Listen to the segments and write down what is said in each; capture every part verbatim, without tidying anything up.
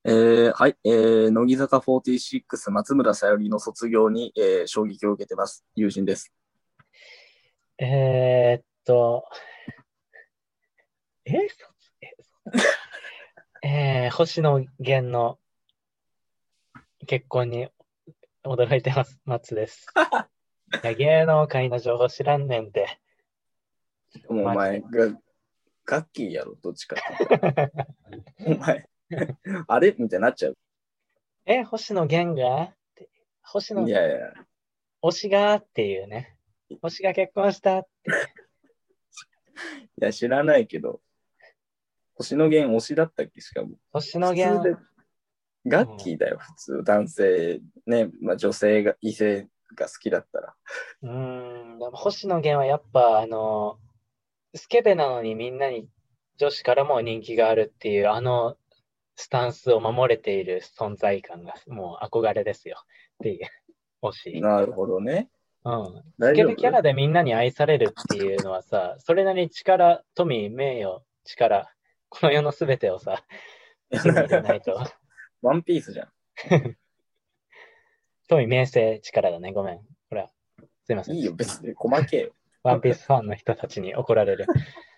えーはい、えー乃木坂フォーティーシックス松村さゆりの卒業に、えー衝撃を受けてます。友人です。 えーっと、え、そえ、えー星野源の結婚に驚いてます。松です。いや、芸能界の情報知らんねんて、 もうおマジで。 前が、ガッキーやろ、どっちかって言ったら。お前、あれみたいになっちゃう。 え、星野源がって星い野、 やいや、 推しがっていうね。推しが結婚したっていう。 いや、知らないけど、星野源推しだったっけしかも。 星野源、 普通で、ガッうん。 キーだよ、普通。男性、ね、まあ、女性が、異性が好きだったら。 うーん、でも星野源はやっぱ、あの、スケベなのにみんなに女子からも人気があるっていう、あのスタンスを守れている存在感がもう憧れですよっていう、推し。 なるほどね。 うん。スケベキャ大丈夫。 ラでみんなに愛されるっていうのはさ、それなりに力、富、名誉、力、この世のすべてをさ、手に入れないと。 ワンピースじゃん。 富、名声、力だね。ごめん。ほら、すいません。 いいよ、別に細けえよ。 ワンピースファンの人たちに怒られる。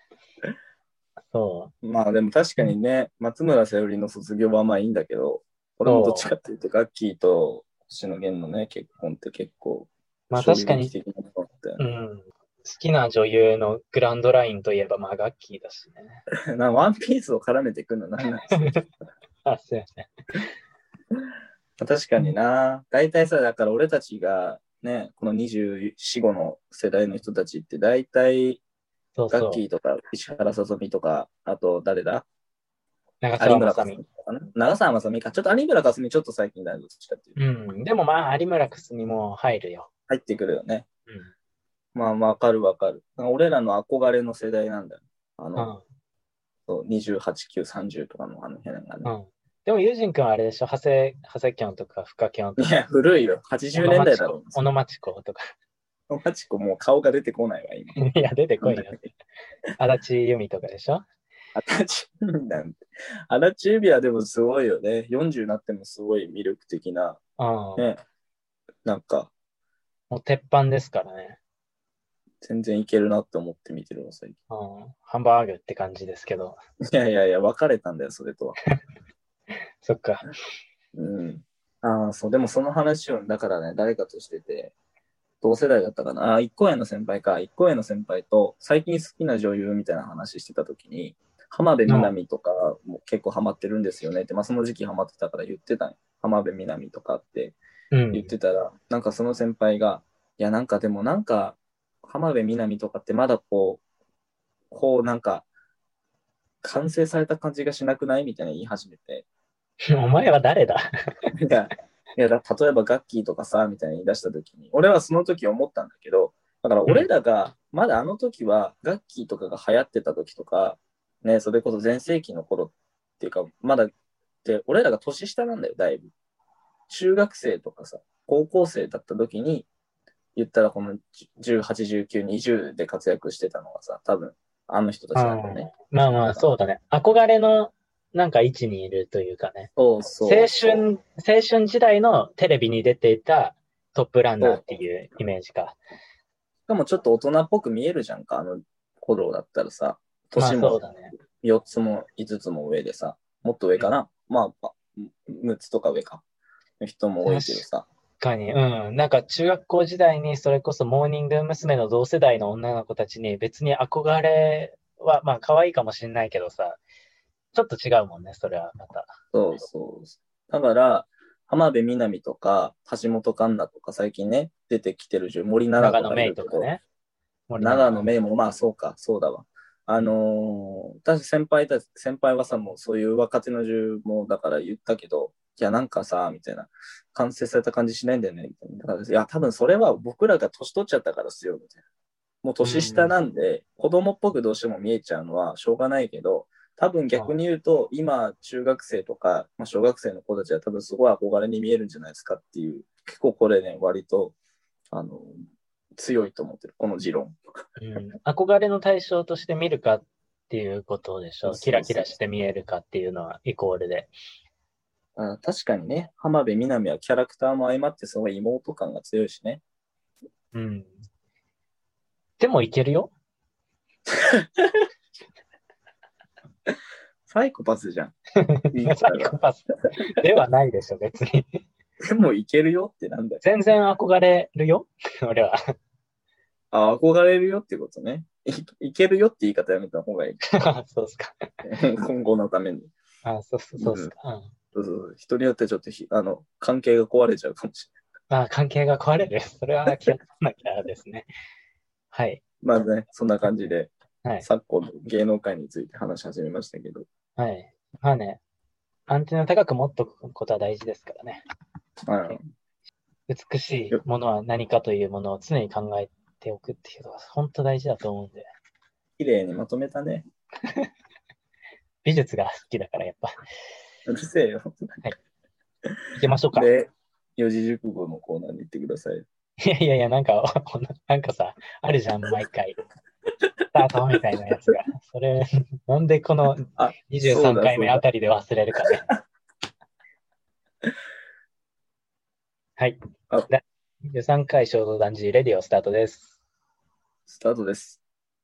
そまあでも確う。うん。 かにね、松村さゆりの卒業はまあいいんだけど、俺もどっちそう。 かっていうと、ガッキーと星野源のね、結婚って結構まあ衝確かに、 撃的なことだったよね。 うん。好きな女優のグランドラインといえば、まあ、ガッキーだしね。 な、ワンピースを絡めていくのなんなんそれ。 あ、すいません。 確かにな。大体さ、だから俺たちがね、このにじゅうよん、ごの世代の人たちって大体ガッキそうそう。 ーとか石原さとみとか、あと誰だ長有村架澤まさみ。 純とかな。長澤まさみか。ちょっと有村架純ちょっと最近だよ、どっちかっていうと。 うん。でもまあ、有村架純も入るよ。 入ってくるよね。 うん。 まあ、わかるわかる。俺らの憧れの世代なんだよ。あの、 うん。 そうにじゅうはち、きゅう、さんじゅうとかのあの辺がね。 うん。でも、ユージン君はあれでしょ、長谷、長谷キョンとか、深キョンとか、 いや、古いよ。80 小野町子、 年代だろう。 小野町子とか。 マチコもう顔が出てこないわ、今。 いや、出てこいよ。足立由美とかでしょ。 あたちなんて。あだち指はでもすごいよね。よんじゅうになってもすごい魅力的な。 うん。もね。なんか、 う鉄板ですからね。 全然いけるなって思って見てるの、最うん。ハンバーグって感じですけど。 近。いやいやいや、別れたんだよ、それとは。 そっか。 うん。ああ、そう、でもその話を、だからね、誰かとしてて、同世代だったかな。あ、一個上の先輩か。一個上の先輩と、最近好きな女優みたいな話してた時に、浜辺美うん。 波とかも結構ハマってるんですよねって、まあその時期ハマってたから言ってたんよ。浜辺美波とかって言っうん。 てたら、なんかその先輩が、いやなんかでもなんか、浜辺美波とかってまだこう、こうなんか、完成された感じがしなくないみたいな言い始めて、 お前は誰だ？ いや、いやだ例えばガッキーとかさ、みたいに言い出した時に、俺はその時思ったんだけど、だからうん。 俺らが、まだあの時は、ガッキーとかが流行ってた時とか、ね、それこそ全盛期の頃っていうか、まだ、で、俺らが年下なんだよ、だいぶ。中学生とかさ、高校生だった時に、言ったらこのじゅうはち、じゅうきゅう、にじゅうで活躍してたのがさ、多分、あの人たうん。 ちなんだよね。 まあまあ、 だから、 そうだね。憧れの、なんか位置にいるというかね。 そう青そうそう。 春、青春時代のテレビに出ていたトップランナーってそういうイメージか。 しかもちょっと大人っぽく見えるじゃんか、あの頃だったらさ、 まあ年もそうだね。 よっつもいつつも上でさ、もっと上うん。 かな。まあ、むっつとか上か。の人も多い確けどさ。 かに、うん。なんか中学校時代にそれこそモーニング娘。の同世代の女の子たちに別に憧れは、まあ可愛いかもしれないけどさ、ちょっと違うもんね、それはまた。 そうそう。だから、浜辺美波とか、橋本環奈とか最近ね、出てきてるじゃん。森七菜長野とかいメイとかるけど、 ね。森七菜。 長野めいもまあそうか、そうだわ。あのー、私先輩たち、先輩はさ、もうそういう若手の銃もだから言ったけど、いやなんかさ、みたいな、完成された感じしないんだよね、みたいな。だからいや、多分それは僕らが年取っちゃったからっすよ、みたいな。もうう年下ん。 なんで、子供っぽくどうしても見えちゃうのはしょうがないけど、多分逆に言うと、今、中学生とか、まあ、小学生の子たちは多分すごい憧れに見えるんじゃないですかっていう、結構これね、割と、あの、強いと思ってる、この持論。 うん。憧れの対象として見るかっていうことでしょ。キラキそうそう。 ラして見えるかっていうのはイコールで。 あ、確かにね、浜辺美波はキャラクターも相まってすごい妹感が強いしね。 うん。でもいけるよ。 サイコパスじゃん。いいサイコパスではないでしょ、別に。 でもいけるよってなんだよ。 全然憧れるよ、俺は。 あ、憧れるよってことね。い、いけるよって言い方やめた方がいい。 そうっすか。 今後のために。 あ、そうっす、そうっすか。うん。 そうそうそう、人によってちょっとひあの関係が壊れちゃうかもしまあ、関係が壊れる。それは気をつけなきゃですね。はい。 れない。まあね、そんな感じで、 はい。 昨今の芸能界について話し始めましたけど。 はい。まあね、アンテナ高く持っとくことは大事ですからね。 うん美しいものは何かというものを常に考えておくっていうのは本当大事だと思うんで。 綺麗にまとめたね。 美術が好きだからやっぱ。 うるせえよ。 はい。行きましょうか。 で、四字熟語のコーナーに行ってください。 いやいやいや、なんか、なんかさ、あるじゃん、毎回。スタートみたいなやつが。それ、なんでこのあ、 にじゅうさんかいめあたりで忘れるかね。はい。 あでにじゅうさんかい衝動男児レディオスタートです。 スタートです。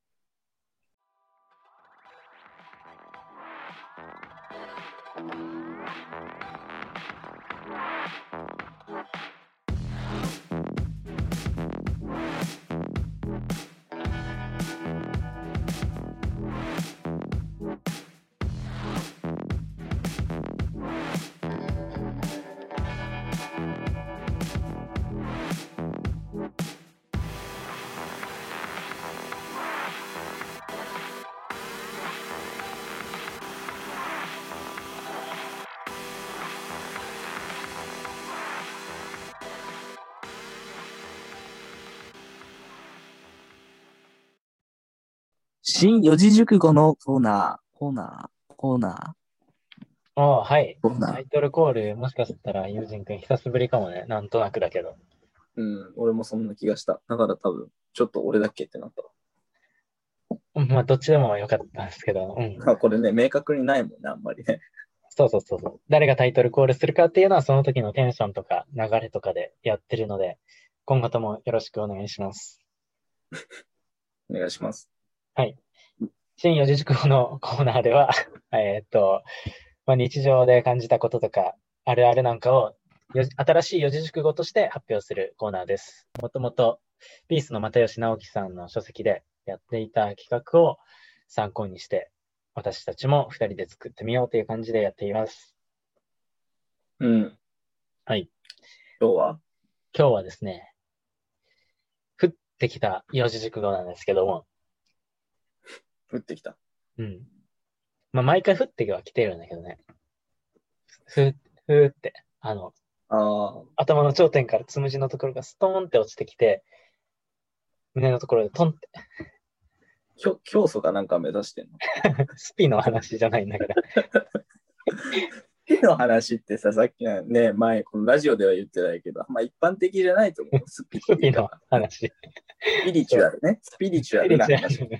新四字熟語のコーナー、コーナー、コーナああ、はい。 ー、コーナー。 タイトルコール、もしかしたら、ユージン君久しぶりかもね。なんとなくだけど。 うん、俺もそんな気がした。だから多分、ちょっと俺だっけってなったうんまあ、どっちでもよかったんですけど。うん。 わ。これね、明確にないもんね、あんまりね。 そうそうそうそう。誰がタイトルコールするかっていうのは、その時のテンションとか流れとかでやってるので、今後ともよろしくお願いします。 お願いします。 はい。新四字熟語のコーナーでは、えーっと、まあ、日常で感じたこととか、あるあるなんかをよ新しい四字熟語として発表するコーナーです。もともと、ピースの又吉直樹さんの書籍でやっていた企画を参考にして、私たちも二人で作ってみようという感じでやっています。 うん。 はい。 今日は今日はですね、降ってきた四字熟語なんですけども、 降ってきた。 うん。まあ、毎回降っては来てるんだけどね。ふ、ふーって、あの、 ああ、 頭の頂点からつむじのところがストーンって落ちてきて、胸のところでトンって、 きょ教祖かなんか目指してんの。 スピの話じゃないんだけど。 スピの話ってさ、さっきのね、前、このラジオでは言ってないけど、まあ一般的じゃないと思う。スピってスピの話。 スピリチュアルね。スピリチュアルな話。ね、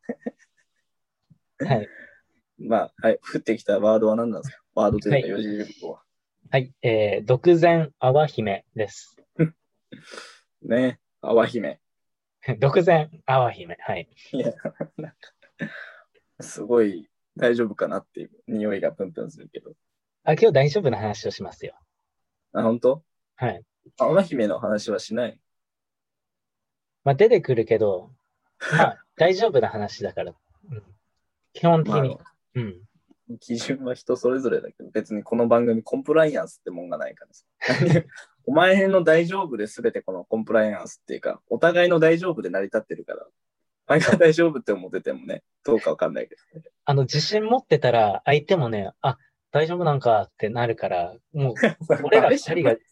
はい。 まあ、はい。降ってきたワードは何なんですか？ワードというか、四字熟語は。 はい。えー、独善泡姫です。 ね。泡姫。 独善泡姫。はい。 いや、なんか、すごい大丈夫かなっていう匂いがプンプンするけど。 あ、今日大丈夫な話をしますよ。 あ、本当？ はい。 泡姫の話はしない。 まあ、出てくるけど、まあ、大丈夫な話だから。うん、基本的に。 まあ、 うん。 基準は人それぞれだけど、別にこの番組コンプライアンスってもんがないからさ。お前の大丈夫で全てこのコンプライアンスっていうか、お互いの大丈夫で成り立ってるから、前が大丈夫って思っててもね、どうかわかんないけどね。 あの、自信持ってたら、相手もね、あ、大丈夫なんかってなるから、もう、俺ら二人が、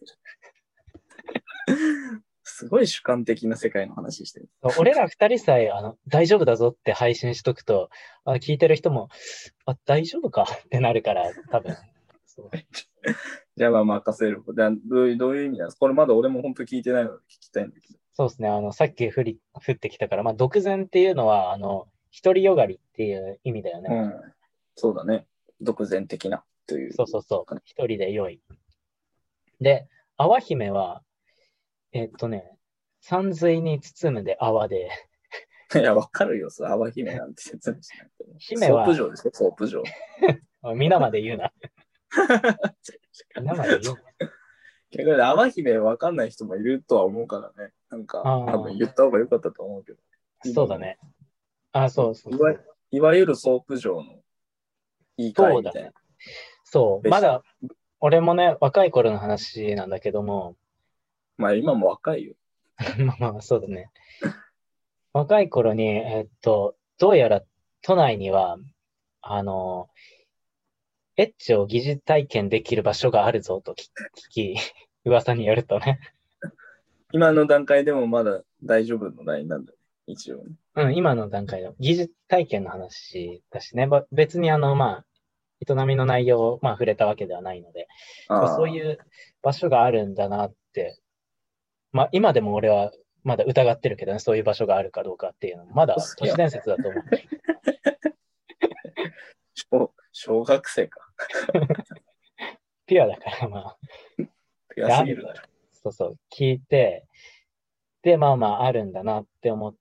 すごい主観的な世界の話してる。 俺ら二人さえ、あの、大丈夫だぞって配信しとくと、あ聞いてる人も、あ、大丈夫かってなるから、多分。そうじゃあまあ任せる。どういう、どういう意味なんですか？これまだ俺も本当聞いてないので聞きたいんだけど。 そうですね。あの、さっき降り、降ってきたから、まあ、独善っていうのは、あの、独りよがりっていう意味だよね。 うん。そうだね。独善的な。 という。 そうそうそう。一人で良い。で、泡姫は、えっとね、山水に包むで泡で、 いや、わかるよ、そう、泡姫なんて説明しなくても。 姫はソープ嬢ですよ、ソープ嬢。 皆まで言うな。皆まで言うな。 逆に泡姫わかんない人もいるとは思うからね。なんか、多分言った方が良かったと思うけど。 そうだね。あ、そうそういわ。いわゆるソープ嬢の言い換えみたいな。そうだね。 そう。まだ、俺もね、若い頃の話なんだけども。 まあ今も若いよ。 まあまあ、そうだね。若い頃に、えっと、どうやら都内には、あの、エッチを疑似体験できる場所があるぞと聞き、噂によるとね。 今の段階でもまだ大丈夫のラインなんだね、一応ね。 うん、今の段階の疑似体験の話だしね、別にあの、まあ、営みの内容を、まあ、触れたわけではないので、そういう場所があるんだなって、まあ、今でも俺はまだ疑ってるけどね、そういう場所があるかどうかっていうのも、まだ都市伝説だと思う。 小, 小学生か。 ピュアだから、まあ。 ピュアすぎるだろ。 そうそう、聞いて、で、まあまああるんだなって思って、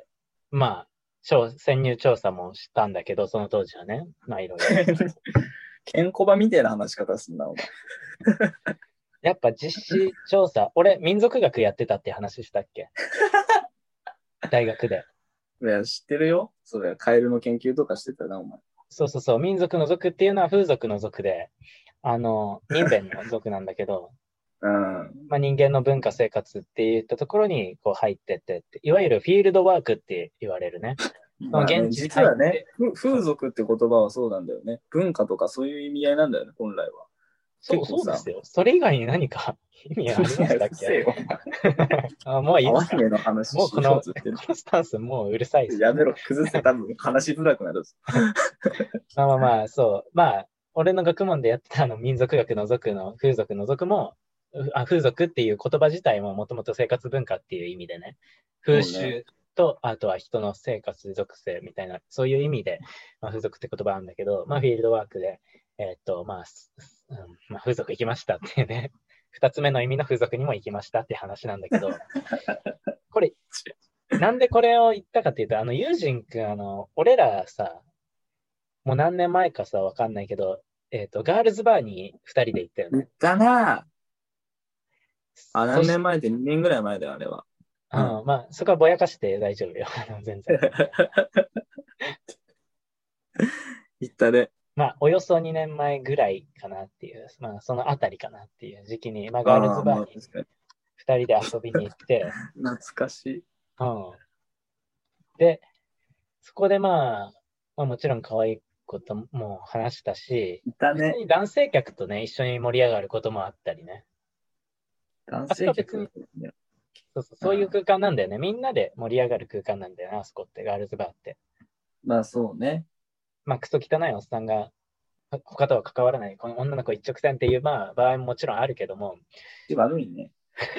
まあ、潜入調査もしたんだけど、その当時はね、まあいろいろ。 ケンコバみたいな話し方すんな、お前。 やっぱ実施調査、俺、民族学やってたって話したっけ大学で。 いや、知ってるよ。それ、カエルの研究とかしてたな、お前。 そうそうそう、民族の族っていうのは風俗の族で、あの、人弁の族なんだけど、 うんまあ、人間の文化生活っていったところにこう入ってってって、いわゆるフィールドワークって言われるね。 まあね、現地実はね、風俗って言葉はそうなんだよね。文化とかそういう意味合いなんだよね、本来は。 そうそうですよ。それ以外に何か意味ありましたっけあもういいですかの話もうこの、このスタンスもううるさいです。 やめろ、崩せ、多分話しづらくなる。 まあまあまあ、そう。まあ、俺の学問でやってたあの民族学の族の風俗の族も、あ風俗っていう言葉自体ももともと生活文化っていう意味でね、風習と、あとは人の生活属性みたいな、そういう意味で、まあ、風俗って言葉なんだけど、まあフィールドワークで、えー、っと、まあ、うんまあ、風俗行きましたっていうね、二つ目の意味の風俗にも行きましたって話なんだけど、これ、なんでこれを言ったかっていうと、あの、ユージンくん、あの、俺らさ、もう何年前かさ、わかんないけど、えっ、ー、と、ガールズバーに二人で行ったよね。 行ったなぁ。あ、何年前でにねんぐらい前だよ、あれは。 うん、うん、まあ、そこはぼやかして大丈夫よ。全然。 行ったね。 まあ、およそにねんまえぐらいかなっていう、まあ、そのあたりかなっていう時期に、まあ、ガールズバーに二人で遊びに行って。 懐かしい。 うん。で、そこでまあ、まあ、もちろん可愛いことも話したし、 いたね。 男性客とね、一緒に盛り上がることもあったりね。 男性客、 ね、そうそう、そういう空間なんだよね。みんなで盛り上がる空間なんだよね、あそこって、ガールズバーって。 まあそうね。 まあ、クソ汚いおっさんが、他とは関わらない、この女の子一直線っていう、まあ、場合ももちろんあるけども。 悪いね。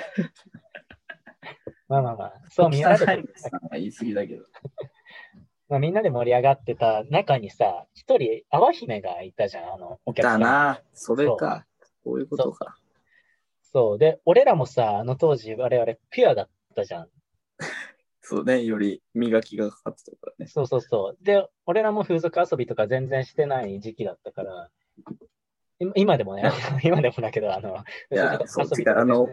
まあまあまあ、そう見られてる。 言い過ぎだけど。 まあ、みんなで盛り上がってた中にさ、一人、泡姫がいたじゃん、あの、お客さん。 だな、それか。こういうことか。 そう。で、俺らもさ、あの当時、我々、ピュアだったじゃん。 そうね、より磨きがかかってたからね。 そうそうそう。で、俺らも風俗遊びとか全然してない時期だったから、今でもね、今でもだけど、あの、 いや、そう遊びとかあの、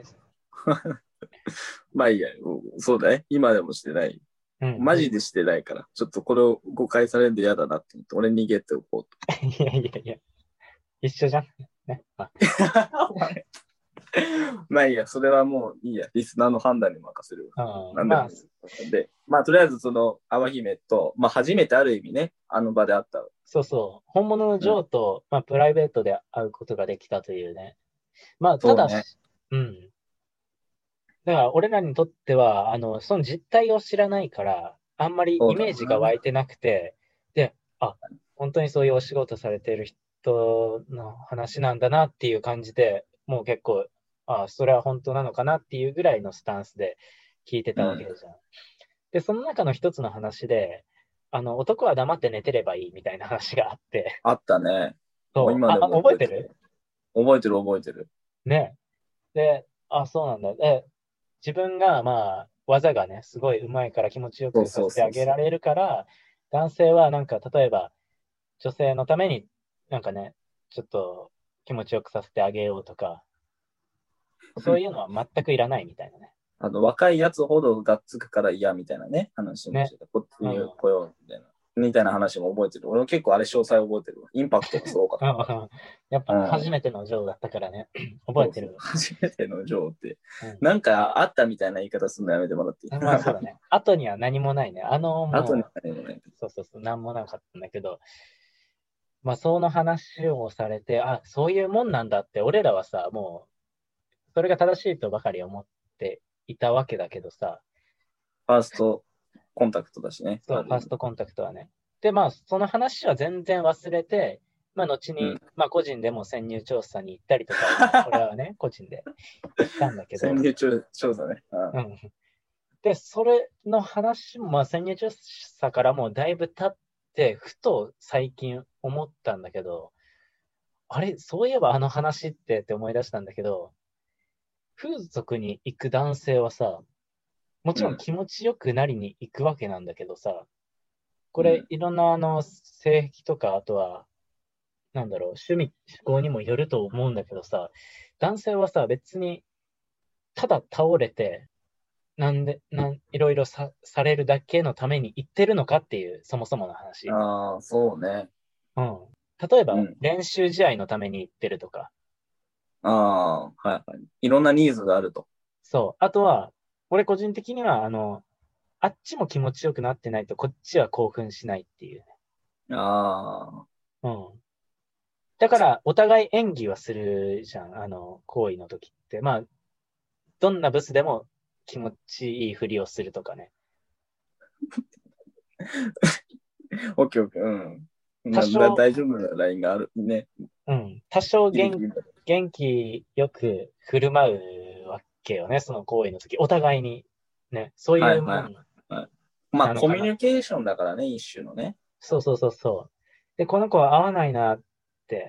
まあいいや、そうだね。今でもしてない。うん、マジでしてないから、ちょっとこれを誤解されるんで嫌だなって思って、俺逃げておこうと。 いやいやいや、一緒じゃん。ね、まあまあいいや、それはもういいや、リスナーの判断に任せる。 なんで、まあ、 で、まあとりあえずその泡姫と、まあ初めてある意味ね、あの場で会った。 そうそう、本物のジョーと、うん、まあプライベートで会うことができたというね。まあただ、うね、うん。だから俺らにとっては、あの、その実態を知らないから、あんまりイメージが湧いてなくて、で、あ、本当にそういうお仕事されてる人の話なんだなっていう感じで、もう結構、あ、それは本当なのかなっていうぐらいのスタンスで聞いてたわけじゃん。うん、で、その中の一つの話で、あの、男は黙って寝てればいいみたいな話があって。 あったね。 もうそう。あ、あ今でも覚えてる。 覚えてる覚えてる覚えてる。 ね。で、あ、そうなんだ。で、自分が、まあ、技がね、すごい上手いから気持ちよそうくさせてそうそうそう。 あげられるから、男性はなんか、例えば、女性のために、なんかね、ちょっと気持ちよくさせてあげようとか、そういうのは全くいらないみたいなね。 あの、若いやつほどがっつくから嫌みたいなね、話もしね。 てた。こっちうん。 に来ようみたいな。みたいな話も覚えてる。俺も結構あれ詳細覚えてるわ。インパクトがすごかっやっぱた。 ね、 うん。 初めてのジョーだったからね、覚そうそう。 えてる。 初めてのジョーって。 うん。 なんかあったみたいな言い方するのやめてもらっていい？ まあそうだね。後には何もないね。あの、 後にもはね、 う、そうそうそう、何もなかったんだけど、まあその話をされて、あ、そういうもんなんだって、俺らはさ、もう、それが正しいとばかり思っていたわけだけどさ、 ファーストコンタクトだしね、 そう、 ある意味。 ファーストコンタクトはね。で、まあ、その話は全然忘れて、まあ、後に、 うん。 まあ、個人でも潜入調査に行ったりとかは、俺はね、個人でしたんだけど、 潜入調調査ね。 うん。で、それの話も、まあ、潜入調査からもうだいぶ経って、ふと最近思ったんだけど、あれ、そういえばあの話ってって思い出したんだけど、風俗に行く男性はさ、もちろんうん。 気持ちよくなりに行くわけなんだけどさ、これ、 うん。 いろんなあの、性癖とか、あとは、なんだろう、趣味、思考にもよると思うんだけどさ、男性はさ、別に、ただ倒れて、なんで、なん、いろいろさ、されるだけのために行ってるのかっていう、そもそもの話。 ああ、そうね。 うん。例えば、 うん。 練習試合のために行ってるとか、 ああ、はいはい。いろんなニーズがあると。 そう。あとは、俺個人的には、あの、あっちも気持ちよくなってないと、こっちは興奮しないっていうね。 あうん。だから、お互い演技はするじゃん、あの、行為の時って。まあ、どんなブスでも気持ちいいふりをするとかね。 あ、オッケーオッケー、うん。な、だ、 多少、 大丈夫なラインがあるね。 うん、多少元、 ギリギリだ。 元気よく振る舞うわけよね、その行為の時。お互いに。ね、そうはいはいいうもんはい。まあ、コミュなのかな。 ニケーションだからね、一種のね。 そうそうそうそう。で、この子は合わないなって、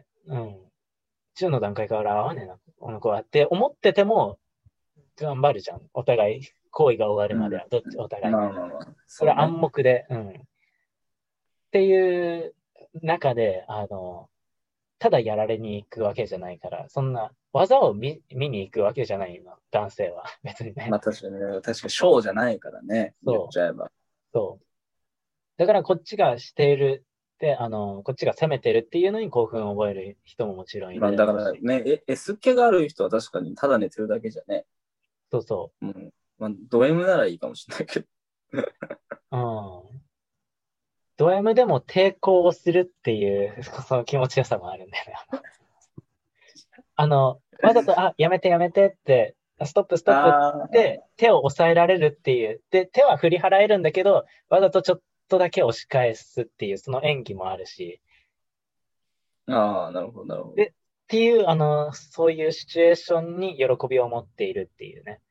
うん。中の段階から合わねえな、この子はって思ってても、頑張るじゃん。お互い、行為が終わるうん。 までは、どっち、お互いね。 まあまあまあ、 それはそうね。 暗黙で、うん。っていう中で、あの、ただやられに行くわけじゃないから、そんな技を見見に行くわけじゃないの、男性は。別にね。 まあ確かにね、確かにショーじゃないからね、言っそう、 ちゃえば。 そう。だからこっちがしているって、あの、こっちが攻めてるっていうのに興奮を覚える人ももちろんいまあるだろうし。 だからね、え、S 気がある人は確かにただ寝てるだけじゃね。 そうそうん。まあ、ド M ならいいかもしれないけど。 う。うん。ド M でも抵抗をするっていう、その気持ちよさもあるんだよね。あの、わざと、あ、やめてやめてって、ストップストップっあて手を押さえられるっていう。で、手は振り払えるんだけど、わざとちょっとだけ押し返すっていう、その演技もあるし。 あ、ああ、なるほど、なるほで、 ど。 っていう、あの、そういうシチュエーションに喜びを持っているっていうね。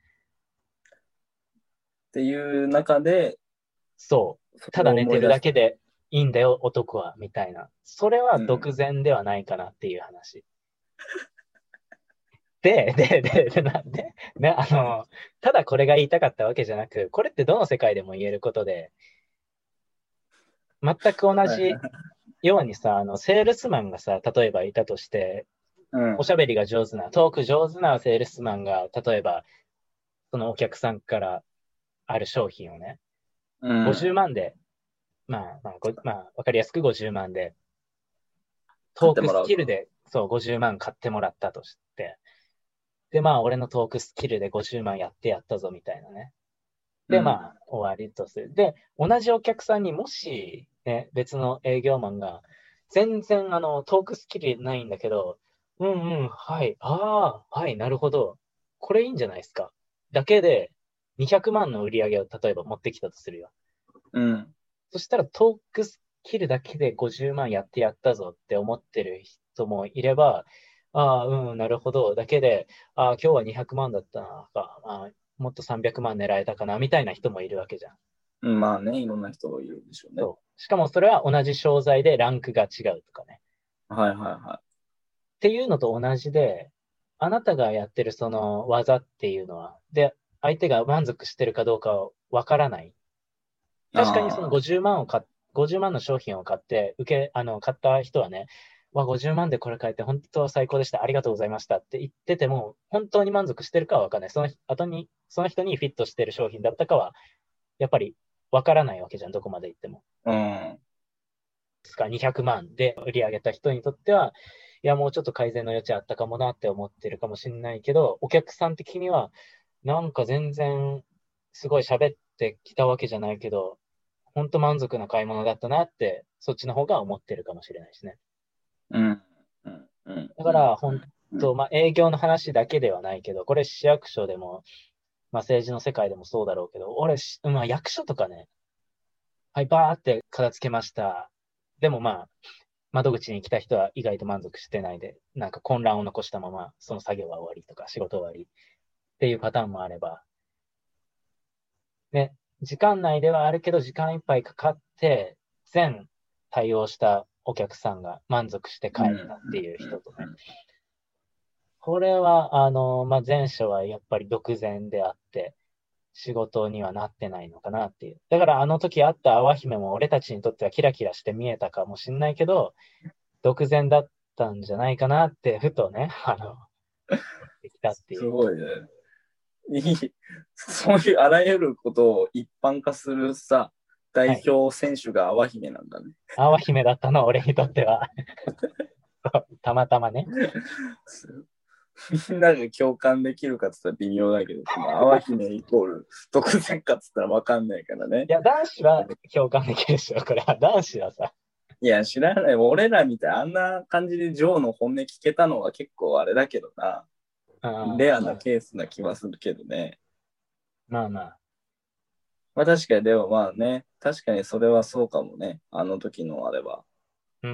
っていう中で、 そう。 それをただ寝て思い出した。 るだけでいいんだよ、男は、みたいな。それはうん。 独善ではないかなっていう話。で、で、で、で、なんで、ね、あの、ただこれが言いたかったわけじゃなく、これってどの世界でも言えることで、全く同はいじようにさ、あの、セールスマンがさ、例えばいたとして、 うん。 おしゃべりが上手な、トーク上手なセールスマンが、例えば、そのお客さんからある商品をね、 う 50 ん。 万で、まあ、まあ、ごまあ、わかりやすくごじゅうまんで、トークス買ってもらうと。 キルで、そう、ごじゅうまん買ってもらったとして、で、まあ、俺のトークスキルでごじゅうまんやってやったぞ、みたいなね。で、まうん。 あ、終わりとする。で、同じお客さんにもし、ね、別の営業マンが、全然、あの、トークスキルないんだけど、うんうん、はい、ああ、はい、なるほど。これいいんじゃないですか。だけで、にひゃくまんの売り上げを例えば持ってきたとするよ。 うん。 そしたらトークスキルだけでごじゅうまんやってやったぞって思ってる人もいれば、ああ、うん、なるほど。だけで、ああ、今日はにひゃくまんだったな、か、ああ、もっとさんびゃくまん狙えたかな、みたいな人もいるわけじゃん。 うんまあね、いろんな人がいるんでしょうね。 そう。しかもそれは同じ商材でランクが違うとかね。 はいはいはっていうのと同じで、あなたがやってるその技っていうのは、で、相手が満足してるかどうかはわからない。確かにそのああ、 ごじゅうまんを買っ、ごじゅうまんの商品を買って、受け、あの、買った人はね、わ、ごじゅうまんでこれ買えて本当は最高でした。ありがとうございましたって言ってても、本当に満足してるかはわかんない。その後に、その人にフィットしてる商品だったかは、やっぱりわからないわけじゃん、どこまで行っても。 うん。 ですか、にひゃくまんで売り上げた人にとっては、いや、もうちょっと改善の余地あったかもなって思ってるかもしれないけど、お客さん的には、なんか全然、すごい喋ってきたわけじゃないけど、本当満足な買い物だったなって、そっちの方が思ってるかもしれないですね。 うん。うん。うん。うん。 だから、本当、まあ、営業の話だけではないけど、これ市役所でも、まあ、政治の世界でもそうだろうけど、俺し、まあ、役所とかね、はい、バーって片付けました。でもまあ、窓口に来た人は意外と満足してないで、なんか混乱を残したまま、その作業は終わりとか、仕事終わりっていうパターンもあれば、ね、時間内ではあるけど、時間いっぱいかかって、全対応したお客さんが満足して帰ったっていう人とね。これは、あの、まあ、前者はやっぱり独善であって、仕事にはなってないのかなっていう。だからあの時あった淡姫も俺たちにとってはキラキラして見えたかもしんないけど、独善だったんじゃないかなって、ふとね、あの、できたっていう。 すごいね。いい。そういうあらゆることを一般化するさ、代はい。 表選手が淡姫なんだね。 淡姫だったの、俺にとっては。たまたまね。 みんなが共感できるかって言ったら微妙だけど、その淡姫イコール独善かって言ったら分かんないからね。 いや、男子は共感できるでしょ、これは。男子はさ。 いや、知らない。俺らみたいあんな感じでジョーの本音聞けたのは結構あれだけどな。 うん、 レアなケースな気はするけどね。 まあまあ。 まあ確かに、でもまあね、確かにそれはそうかもね。あの時のあれば。 うん。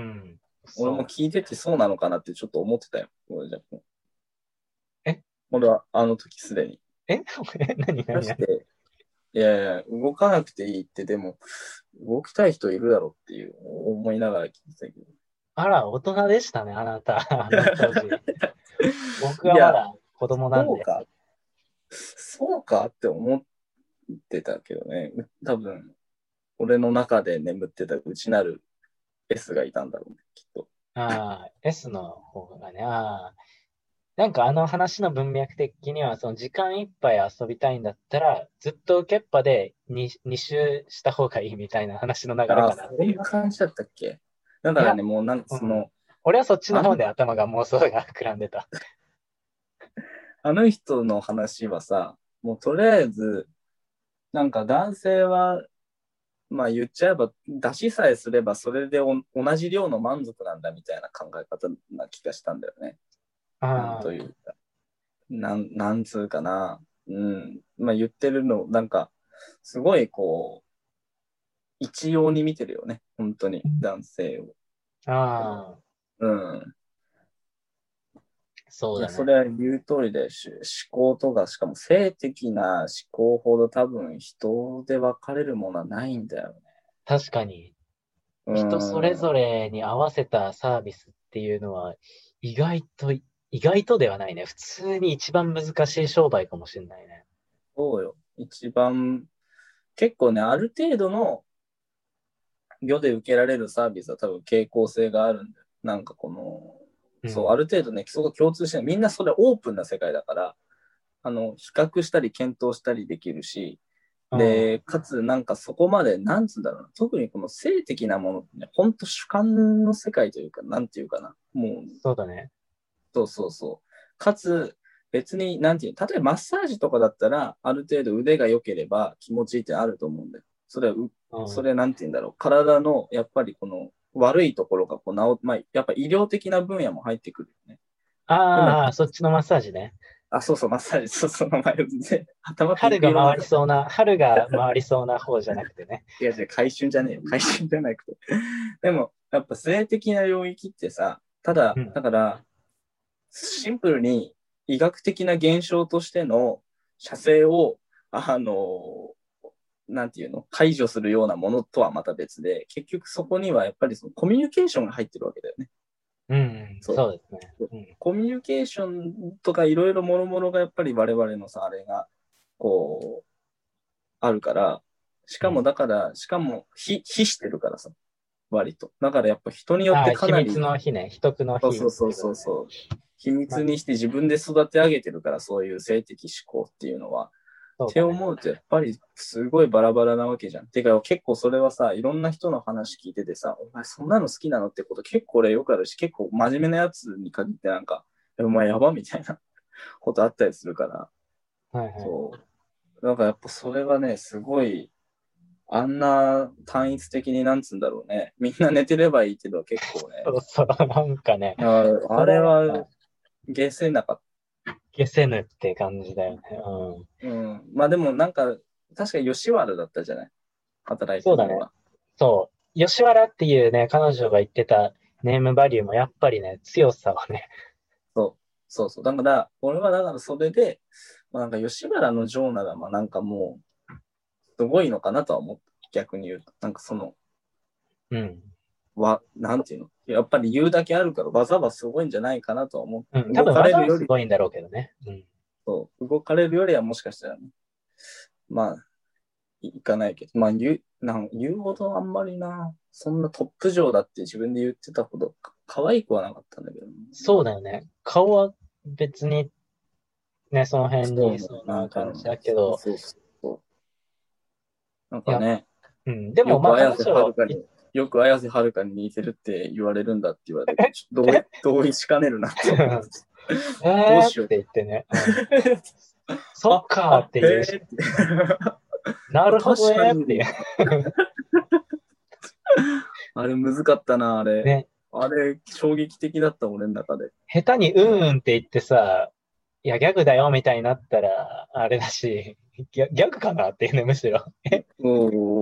俺もそう。 聞いててそうなのかなってちょっと思ってたよ。俺じゃえ俺はあの時すでに。 え何何何出して、いやいや、動かなくていいって、でも、動きたい人いるだろうっていう思いながら聞いてたけど。 あら、大人でしたね、あなた。あの当時。僕いや、 はまだ子供なんで。 そうか、そうかって思ってたけどね。多分、俺の中で眠ってた内なる S がいたんだろうね、きっと。 ああ、S の方がね。ああ。なんかあの話の文脈的には、その時間いっぱい遊びたいんだったら、ずっと受けっぱで に, に周した方がいいみたいな話の流れああ、 かなっていう。 そんな感じだったっけ。だかいや、 らね、もうなんかうん。 その、 俺はそっちのあの、 方で頭が妄想が膨らんでた。 あの人の話はさ、もうとりあえず、なんか男性はまあ言っちゃえば、出しさえすればそれでお同じ量の満足なんだみたいな考え方な気がしたんだよね。なんとあいうか、なん、なんつうかな。うん。まあ言ってるの、なんか、すごいこう、一様に見てるよね。本当に、男性を。 あ、ああ、 うん。いや、そそうだね。 れは言う通りで、し思考とか、しかも性的な思考ほど多分人で分かれるものはないんだよね。 確かに、 う人それぞん。 れに合わせたサービスっていうのは、意外と、意外とではないね。普通に一番難しい商売かもしれないね。 そうよ。一番、結構ね、ある程度の世で受けられるサービスは多分傾向性があるんだよ。なんかこの、そう、あうん。 る程度ね、そこ共通してみんなそれオープンな世界だから、あの、比較したり検討したりできるし、 うん。 で、かつなんかそこまで、なんつうんだろうな、特にこの性的なものってね、ほんと主観の世界というか、なんていうかな、もう、 そうだね。 そうそうそう。かつ、別に、なんていう、例えばマッサージとかだったら、ある程度腕が良ければ気持ちいいってあると思うんだよ。それはう、 うん。 それなんていうんだろう。体の、やっぱりこの悪いところがこう治、まあ、やっぱ医療的な分野も入ってくるよね。でも、 ああ、そっちのマッサージね。 あ、そうそう、マッサージ、そうそう、名前を全然、頭ピン春がク色になった。 回りそうな、春が回りそうな方じゃなくてね。 いや、じゃ回春じゃねえよ。回春じゃなくて。でも、やっぱ性的な領域ってさ、ただ、 うん。 だから、シンプルに医学的な現象としての射精を、あの、なんていうの解除するようなものとはまた別で、結局そこにはやっぱりそのコミュニケーションが入ってるわけだよね。 うん、 そう。 そうですね。うん、 コミュニケーションとかいろいろもろもろがやっぱり我々のさ、あれが、こう、あるから、しかもうん。 だから、しかも、非、非してるからさ、割と。だからやっぱ人によっああ、 てかなり、 秘密の日ね。秘匿のそう日っそうそうてことね。 そうそう、秘まあ、 密にして自分で育て上げてるから、そういう性的思考っていうのは。ってそうだね。 思うと、やっぱりすごいバラバラなわけじゃん。てか、結構それはさ、いろんな人の話聞いててさ、お前そんなの好きなのってこと結構俺よくあるし、結構真面目なやつに限ってなんか、お前やばみたいなことあったりするから、 はいはい。 そう。なんかやっぱそれはね、すごい、あんな単一的になんつうんだろうね。みんな寝てればいいけど結構ね。 そうそう、なんかね、 ああそれれははやっぱ下せなかっ消せぬって感じだよね。うん。 た。うん。まあでもなんか、確か吉原だったじゃない。働いそうだね。 てるのが。 そう。吉原っていうね、彼女が言ってたネームバリューもやっぱりね、強さはね、 そう。そうそう。だから、俺はだからそれで、まあ、なんか吉原のジョーナが、まあなんかもう、すごいのかなとは思った。逆に言うと。なんかその、 うん。 わ、なんていうのやっぱり言うだけあるから技はすごいんじゃないかなとは思うん。 う。動多分技はかれるより、 すごいんだろうけどね。うん。 そう、動かれるよりはもしかしたらね、まあ、いかないけど、まあ言う、なん言うほどあんまりな、そんなトップ上だって自分で言ってたほどか可愛くはなかったんだけど、ね、 そうだよね。顔は別にね、その辺そうね、 にいそうなんか、 な感じだけど、 そうそうそう。なんいや、 かね、 うん。でもまあよく綾瀬は彼女、いるかに、よく綾瀬はるかに似てるって言われるんだって言われて、ちょっと同意、同意しかねるなって思って。どうえーってしよう。 言ってね。うん。そっあ、 かーっあ、へて言うし、 えって。 なるほど確かねーっていう。 に。あれ難かったな、あれ。 ね。 あれ、衝撃的だった、俺の中で。 下手にうんうんって言ってさ、いや、ギャグだよみたいになったら、あれだし、ギャ、ギャグかなっていうね、むしろ。え、 そう、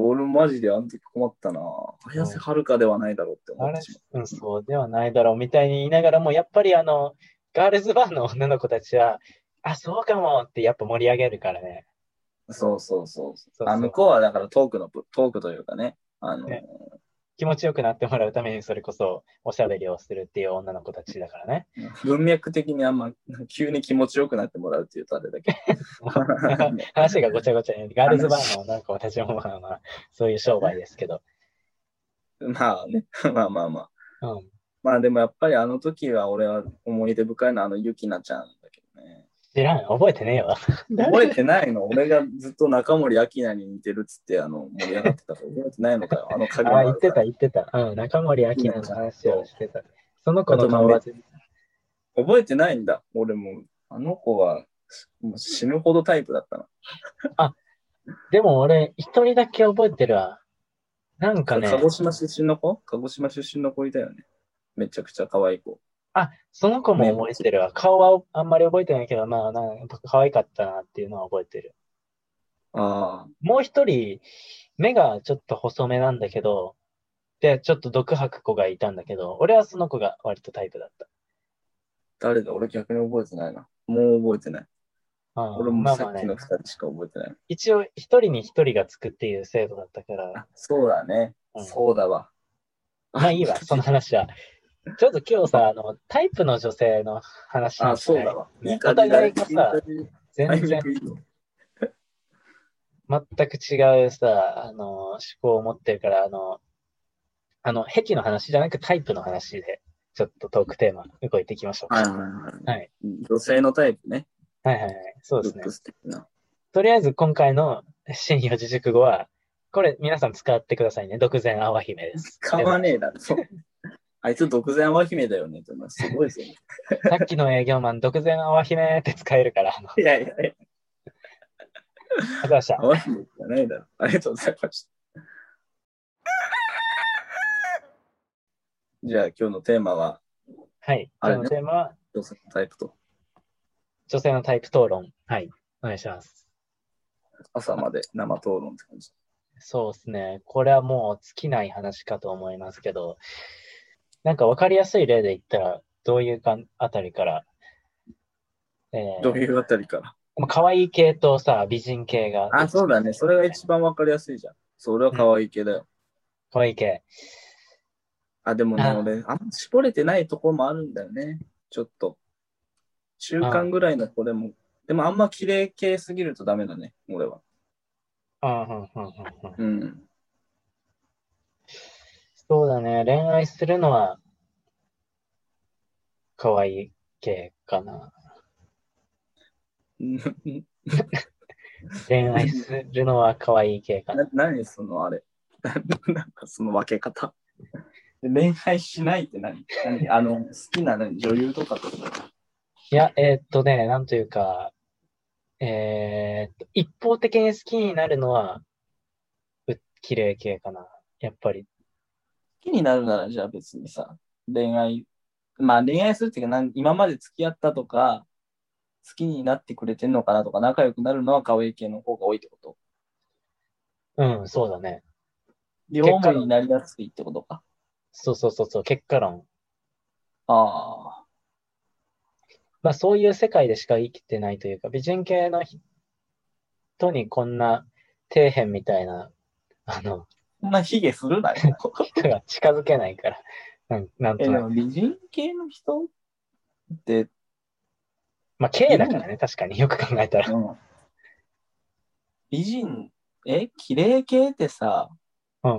俺マジであの時困ったな。綾瀬うん、 はるかではないだろうって思あれ、 ってしうん、そうではないだろうみたいに言いながらも、やっぱりあの、ガールズバーの女の子たちは、あ、そうかもってやっぱ盛り上げるからね。 まう。そうそうそう。あ、 そうそ向こうはだからトークの、トークというかね、あの、 う。ね、気持ちよくなってもらうためにそれこそおしゃべりをするっていう女の子たちだからね。 文脈的にあんま、急に気持ちよくなってもらうっていうとあれだけど。ね、 話がごちゃごちゃに、ガールズバー話の女の子たちもまあまあ、そういう商売ですけど。 まあね、まあまあまあ。 うん。 まあでもやっぱりあの時は俺は思い出深いのはあのゆきなちゃんだけどね。 知らん、覚えてねえわ。 覚えてないの俺がずっと中森明菜に似てるっつってあの盛り上がってたから覚えてないのかよ。あの影ああ、 のあるから。 言ってた、言ってた。うん、中森明菜のゆきなちゃん話をと。 してた。その子のあとまあめ顔は全覚えてないんだ。俺も。あの子はもう死ぬほどタイプだったな。 あ、でも俺、一人だけ覚えてるわ。なんか鹿ね、 児島出身の子鹿児島出身の子いたよね。めちゃくちゃ可愛い子。 あ、その子も目覚えてるわ。顔はあんまり覚えてないけど、まあ、なんか可愛かったなっていうのは覚えてる。 ああ、 もう一人、目がちょっと細めなんだけど、で、ちょっと毒吐く子がいたんだけど、俺はその子が割とタイプだった。 誰だ俺逆に覚えてないな。もう覚えてない。俺うん、 もまあまあね。 さっきの二人しか覚えてない。 一応、一人に一人がつくっていう制度だったから、 あ、そうだね。 うん。 そうだわ。 まあいいわ、その話は。ちょっと今日さ、あの、タイプの女性の話あ、 にしない。 そうだわ。いいね、お感じだね。 互いがさ、 いい感じ。タイ全然ミングいいよ。 全く違うさ、あの、思考を持ってるから、あの、あの、癖の話じゃなくタイプの話で、ちょっとトークテーマ、動いていきましょうか。 はいはいはい。 はい。 女性のタイプね。 はいはいはい。そうですね。 ルックス的な。 とりあえず今回の新四字熟語は、これ皆さん使ってくださいね。独善泡姫です。 使わねえだろ。あいつ独善泡姫だよね。すごいですよね。 さっきの営業マン、独善泡姫って使えるから、あの、 いやいやいや。 ありがとうございました。 泡姫じゃないだろ。ありがとうございました。じゃあ今日のテーマは、 はい。今日のあれね、 テーマは、 女性のタイプと。 女性のタイプ討論。はい。お願いします。 朝まで生討論って感じ。 そうですね。これはもう尽きない話かと思いますけど、なんかわかりやすい例で言ったら、どういうかあたりから、えー、 どういうあたりから。 まあ可愛い系とさ、美人系が。 あ、そうだね。それが一番わかりやすいじゃん。それは可愛い系だよ。 可愛い系。 あ、でもね、 あ俺、あんま絞れてないところもあるんだよね。ちょっと。中あ、 間ぐらいの子でも。でもあんま綺麗系すぎるとダメだね、俺は。 ああ、うんうんうんうん。 うん。 そうだね。恋愛するのは可愛い系かな。恋愛するのは可愛い系かな、 な。 何そのあれ。なんかその分け方。恋愛しないって何何あの、好きな何女優とかとか。 いや、えーっとね、なんというか、えーっと、一方的に好きになるのは、う綺麗系かな。やっぱり。 好きになるならじゃあ別にさ、恋愛、まあ恋愛するっていうか、なん今まで付き合ったとか、好きになってくれてんのかなとか、仲良くなるのは可愛い系の方が多いってこと。 うん、そうだね。 両思いに結果論。 なりやすいってことか。 そうそうそうそう、結果論。 ああ。 まあそういう世界でしか生きてないというか、美人系の人にこんな底辺みたいな、あの、 そんな卑下するなよ。 人が近づけないから、なん、なんえ、 となく。 でも美人系の人って、 まあ、K いるの？ だからね、確かによく考えたら。 うん。美人、え、綺麗系ってさ、 うん。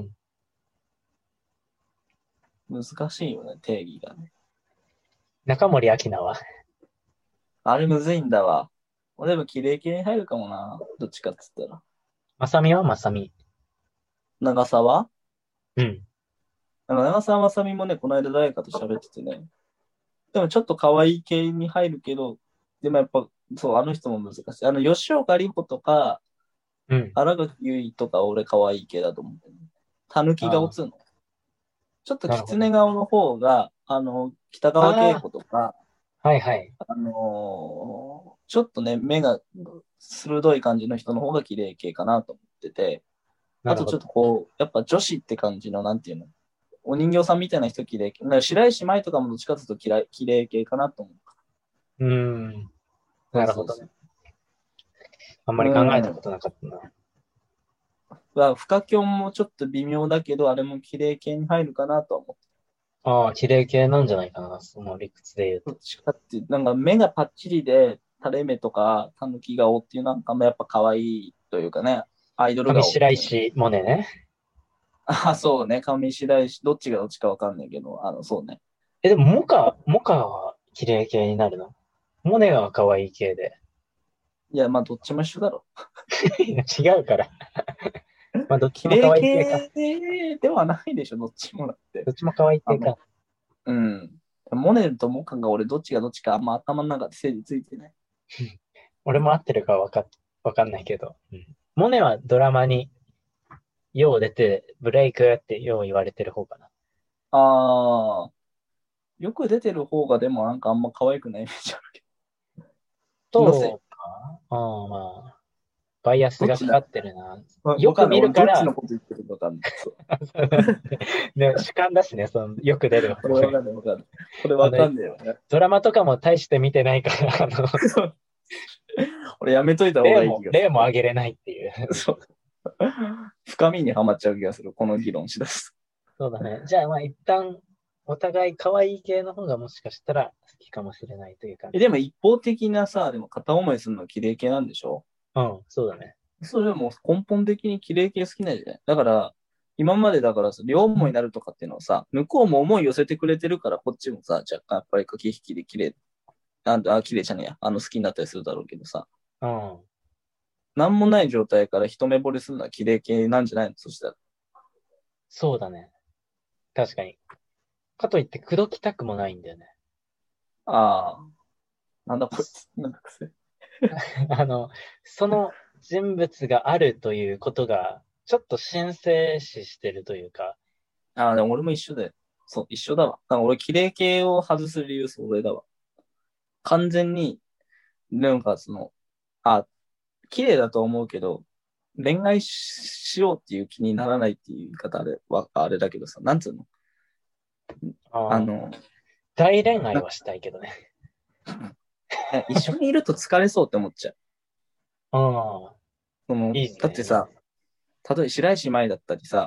難しいよね、定義がね。 中森明菜は。 あれむずいんだわ。俺でも綺麗系に入るかもな。どっちかっつったら。 まさみはまさみ。 長澤うん。 なんか長澤まさみもね、この間誰かと喋っててね。でもちょっと可愛い系に入るけど、でもやっぱ、そう、あの人も難しい。あの、吉岡里帆とか、 うん。 新垣結衣とか俺可愛い系だと思ってる。たぬきああ、 顔つうの。ちょっとなるほど。 狐顔の方が、あの、北川景あ子とか、 あ、はいはい。 あのーちょっとね、目が鋭い感じの人の方が綺麗系かなと思ってて、あとちょっとなるほど。 こう、やっぱ女子って感じの、なんていうの、お人形さんみたいな人綺麗系。なんか白石舞とかもどっちかというと綺麗綺麗系かなと思う。 うーん。 そうそうそう。 なるほどね。あんまり考えたこうん。 となかったな。 は、フカキョンもちょっと微妙だけど、あれも綺麗系に入るかなとは思って。 ああ、綺麗系なんじゃないかな。その理屈で言うと。 どっちかっていう、なんか目がパッチリで、垂れ目とか、たぬき顔っていうなんかもやっぱ可愛いというかね、アイドル上顔っていうの。 白石萌音ね。 あ、そうね、上白石、どっちがどっちかわかんないけど、あの、そうね。 え、でも、モカ、モカは綺麗系になるの？モネは可愛い系で。 いや、まあ、どっちも一緒だろ。 違うから。まあ、どっち綺も可麗愛い系か。 系ではないでしょ、どっちもだって。 どっちも可愛い系か。 あの、うん。モネとモカが俺どっちがどっちかあんま頭の中で整理ついてない。 俺も合ってるかわか、わかんないけど。うん、モネはドラマによう出て、ブレイクってよう言われてる方かな。 ああ、よく出てる方がでもなんかあんま可愛くないイメージあるけど。気のせい。 そうか。ああ、まあ、バイアスどっちだがかかってるな。 わよくかんない。俺どっち見るから、 のこと言ってるかわかんない。そう。 ね、主観だしね、その、よく出る方が。 これわかんないわかんない。これあの、 わかんないよね。 ドラマとかも大して見てないから、あの、 俺やめといた方例も、 がいい気がす例もあげれないっていう。 る。そう。深みにはまっちゃう気がする。この議論しだす。 そうだね。じゃあ、まあ、一旦、お互い可愛い系の方がもしかしたら好きかもしれないという感え、 じ。 でも一方的なさ、でも片思いするのは綺麗系なんでしょ？ うん、そうだね。 それはもう根本的に綺麗系好きなんじゃない？だから、今までだからさ、両思いになるとかっていうのはさ、向こうも思い寄せてくれてるから、こっちもさ、若干やっぱり駆け引きで綺麗、あ、あ綺麗じゃねえや、あの好きになったりするだろうけどさ、 うん。 なんもない状態から一目惚れするのは綺麗系なんじゃないの？そしたら。 そうだね。確かに。かといって、口説きたくもないんだよね。 ああ、なんだこいつ、なんだくせ。 あの、その人物があるということが、ちょっと神聖視してるというか、 ああ、でも俺も一緒で。そう、一緒だわ。だから俺、綺麗系を外す理由、それだわ。完全に、なんかその、あ、綺麗だと思うけど、恋愛しようっていう気にならないっていう言い方あれは、あれだけどさ、なんつうの？ああーの、 大恋愛なはしたいけどね。 一緒にいると疲れそうって思っちゃう。 ああ、 その、 いいね、いいね。 だってさ、例えば白石麻衣だったりさ、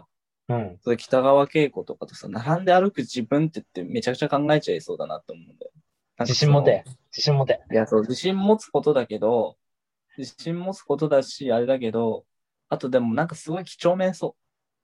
うん。 それ北川景子とかとさ、並んで歩く自分ってってめちゃくちゃ考えちゃいそうだなって思うんだよ。なん自かその、 信持て。自信持て。 いや、そう、自信持つことだけど、自信持つことだし、あれだけど、あとでもなんかすごい几帳面そ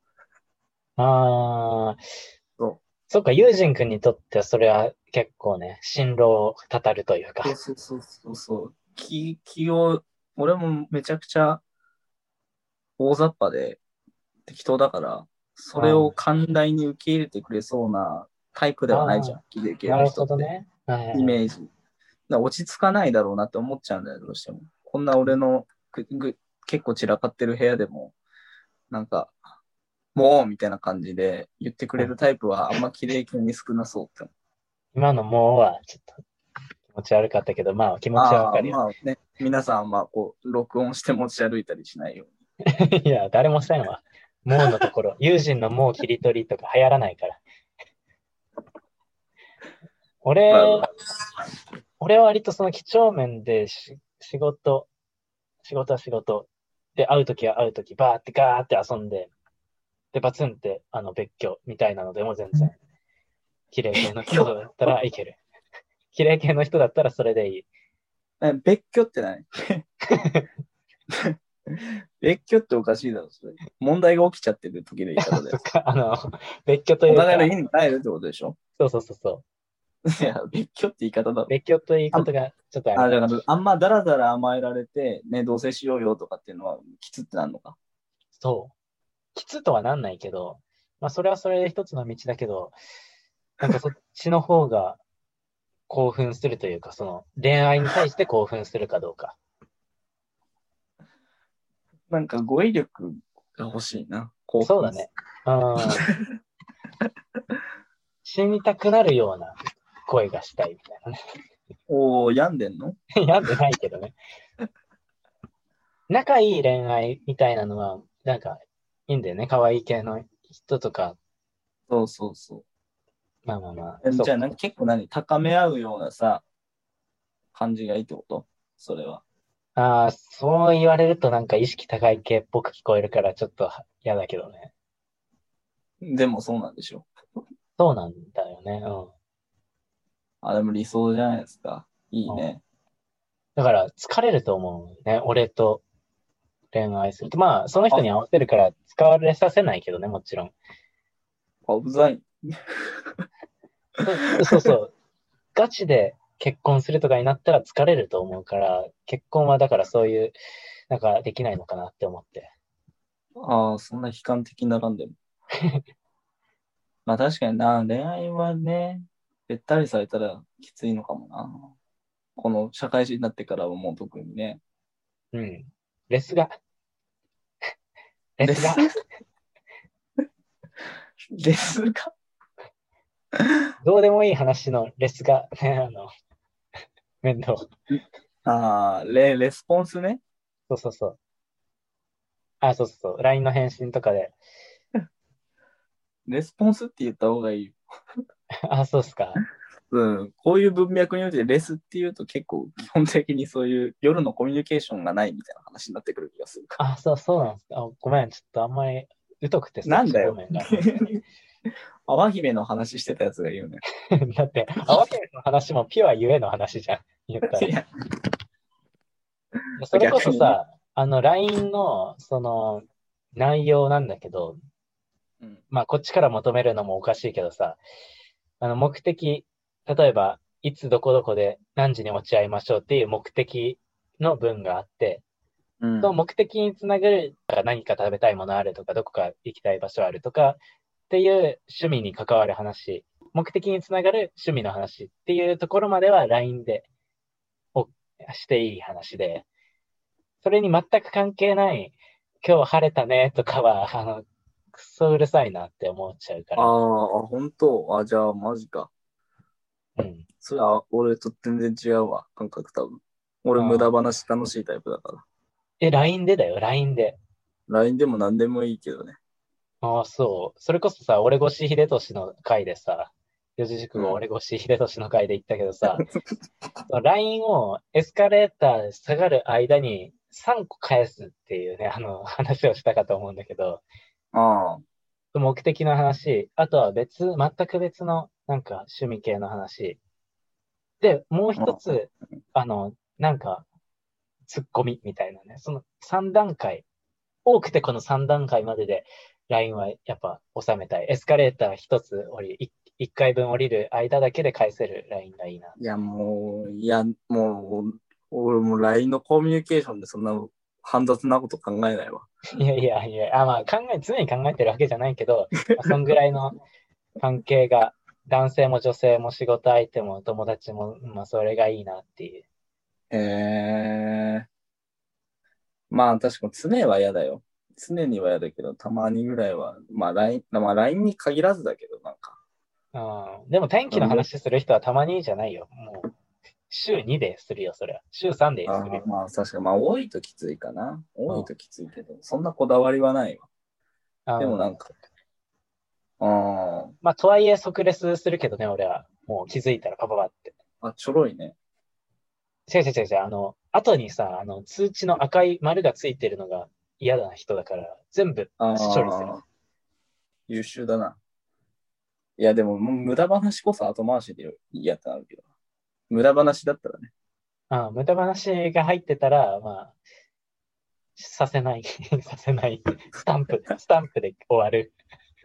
ああ、 う。そそっか、ユージン君にとってはそれは結構ね、進路をたたるといううか。 そうそうそうそう。気、気を、俺もめちゃくちゃ大雑把で適当だから、それをうん。 寛大に受け入れてくれそうなタイプではないじああ、 ゃん、綺麗系なるの人って。 ほどね。はいはいはい。 イメージ。だから落ち着かないだろうなって思っちゃうんだよ、どうしても。こんな俺のぐぐ結構散らかってる部屋でも、なんか、もうみたいな感じで言ってくうん、 れるタイプはあんま綺麗系に少なそうって。 今のもうはちょっと気持ち悪かったけど、まあ気持ちはわああ、 かるよ。 まあね、皆さん、まあこう、録音して持ち歩いたりしないよういや、誰もせんわ。もうのところ、友人のもう切り取りとか流行らないから。 に。まあ俺、 ま俺は割とその几帳面でし仕事、仕事は仕事。で、会うときは会うとき、バーってガーって遊んで、で、バツンって、あの、別居みたいなのでも全然、綺麗系の人あ、 だったらいける。綺麗系の人だったらそれでいい。 え別居って何別居っておかしいだろ、それ。問題が起きちゃってる時の言い方だよ。 そっか、あの、別居とおいうか、 互いの家に帰るってことでしょ。 そうそうそうそう。 いや、別居って言い方だろ。 別居というあ、 ことがちょっとあれあ、 かも。 だから、あんまだらだら甘えられて、ね、同棲しようよとかっていうのは、きつってなるのか。 そう。きつとはなんないけど、まあそれはそれで一つの道だけど、なんかそっちの方が興奮するというか、その恋愛に対して興奮するかどうか。 なんか語彙力が欲しいな。興奮す。 そうだね。うん。死にたくなるような声がしたいみたいなね。 おー、病んでんの。 病んでないけどね。仲いい恋愛みたいなのは、なんかいいんだよね。可愛い系の人とか。 そうそうそまあまあまあ、 う。じゃあ、 そっか。 なんか結構何高め合うようなさ、感じがいいってことそれは。 ああ、そう言われるとなんか意識高い系っぽく聞こえるからちょっと嫌だけどね。 でもそうなんでしょ。 そうなんだよね。うん。 あ、でも理想じゃないですか。いいうん、 ね。 だから疲れると思うね。俺と恋愛すると。まあ、その人あ、 に合わせるから使われさせないけどね、もちろん。 あうざい。 そうそうそう。ガチで結婚するとかになったら疲れると思うから、結婚はだからそういう、なんかできないのかなって思って。 ああ、そんな悲観的ならんでも。まあ確かにな、恋愛はね、べったりされたらきついのかもな。この社会人になってからはもう特にね。 うん。レスが、レスが、 レスレスか。 どうでもいい話のレスが、ね、あの、面倒。 ああ、レ、レスポンスね。 そうそうそう。あ、そうそうそう。ライン の返信とかで、 レスポンスって言った方がいいよ。 あ、そうっすか。 うん。こういう文脈においてレスっていうと結構基本的にそういう夜のコミュニケーションがないみたいな話になってくる気がするかあ、そう、そうなんですか。あ、ごめん、ちょっとあんまり疎くてら。 そっちなんだよ。 方面が。うん。 淡姫の話してたやつが言うね。 だって、合わせの話もピュアゆえの話じゃん。言ったら。 いや、 それこ逆にね。 そさ、あの、ライン の、その、内容なんだけど、 うん。 まあ、こっちから求めるのもおかしいけどさ、あの、目的、例えば、いつどこどこで何時に落ち合いましょうっていう目的の文があって、そのうん。 目的につながる、何か食べたいものあるとか、どこか行きたい場所あるとか、っていう趣味に関わる話、目的につながる趣味の話っていうところまでは ライン でおしていい話で、それに全く関係ない、今日晴れたねとかは、あの、くそうるさいなって思っちゃうかあら。 ーあ、本当あ、じゃあマジか。 うん。 それは俺と全然違うわ、感覚多分。俺無駄あ話楽しいタイプだから。 え、ライン でだよ、ライン で。 ライン でも何でもいいけどね。 ああ、そう。それこそさ、俺越し秀俊の回でさ、四字熟語うん。 俺越し秀俊の回で言ったけどさ、ライン をエスカレーターで下がる間にさんこ返すっていうね、あの、話をしたかと思うんだけど、 ああ。 目的の話、あとは別、全く別のなんか趣味系の話。で、もう一あ、 つ、あの、なんか、ツッコミみたいなね。そのさん段階、多くてこのさん段階までで ライン はやっぱ収めたい。エスカレーター一つ降り、いっかいぶん降りる間だけで返せる ライン がいいな。 いや、もう、いや、もう、俺も ライン のコミュニケーションでそんな煩雑なこと考えないわ。 いやいやいや、あ、まあ考え、常に考えてるわけじゃないけど、まあ、そんぐらいの関係が、男性も女性も仕事相手も友達も、まあそれがいいなっていう。 へえ。まあ確かに常は嫌だよ。常には嫌だけど、たまにぐらいは、まあ ライン、まあ ライン に限らずだけど、なんか。 うん。でも天気の話する人はたまにじゃないよ。もう、週にでするよ、それは。週さんでするよ。 あまあ確かに、まあ多いときついかな。 うん。 多いときついけど、そんなこだわりはないわ。でもなあんか、あまあ、とはいえ即レスするけどね、俺は。もう気づいたらパパパって。 あ、あ、ちょろいね。 違う違う違う違う、あの、後にさ、あの、通知の赤い丸がついてるのが嫌な人だから、全部あ処理する。 あ、優秀だな。いや、でも、もう無駄話こそ後回しで嫌ってなるけど。無駄話だったらね。 ああ、無駄話が入ってたら、まあ、させない、させない。スタンプ、スタンプで終わる。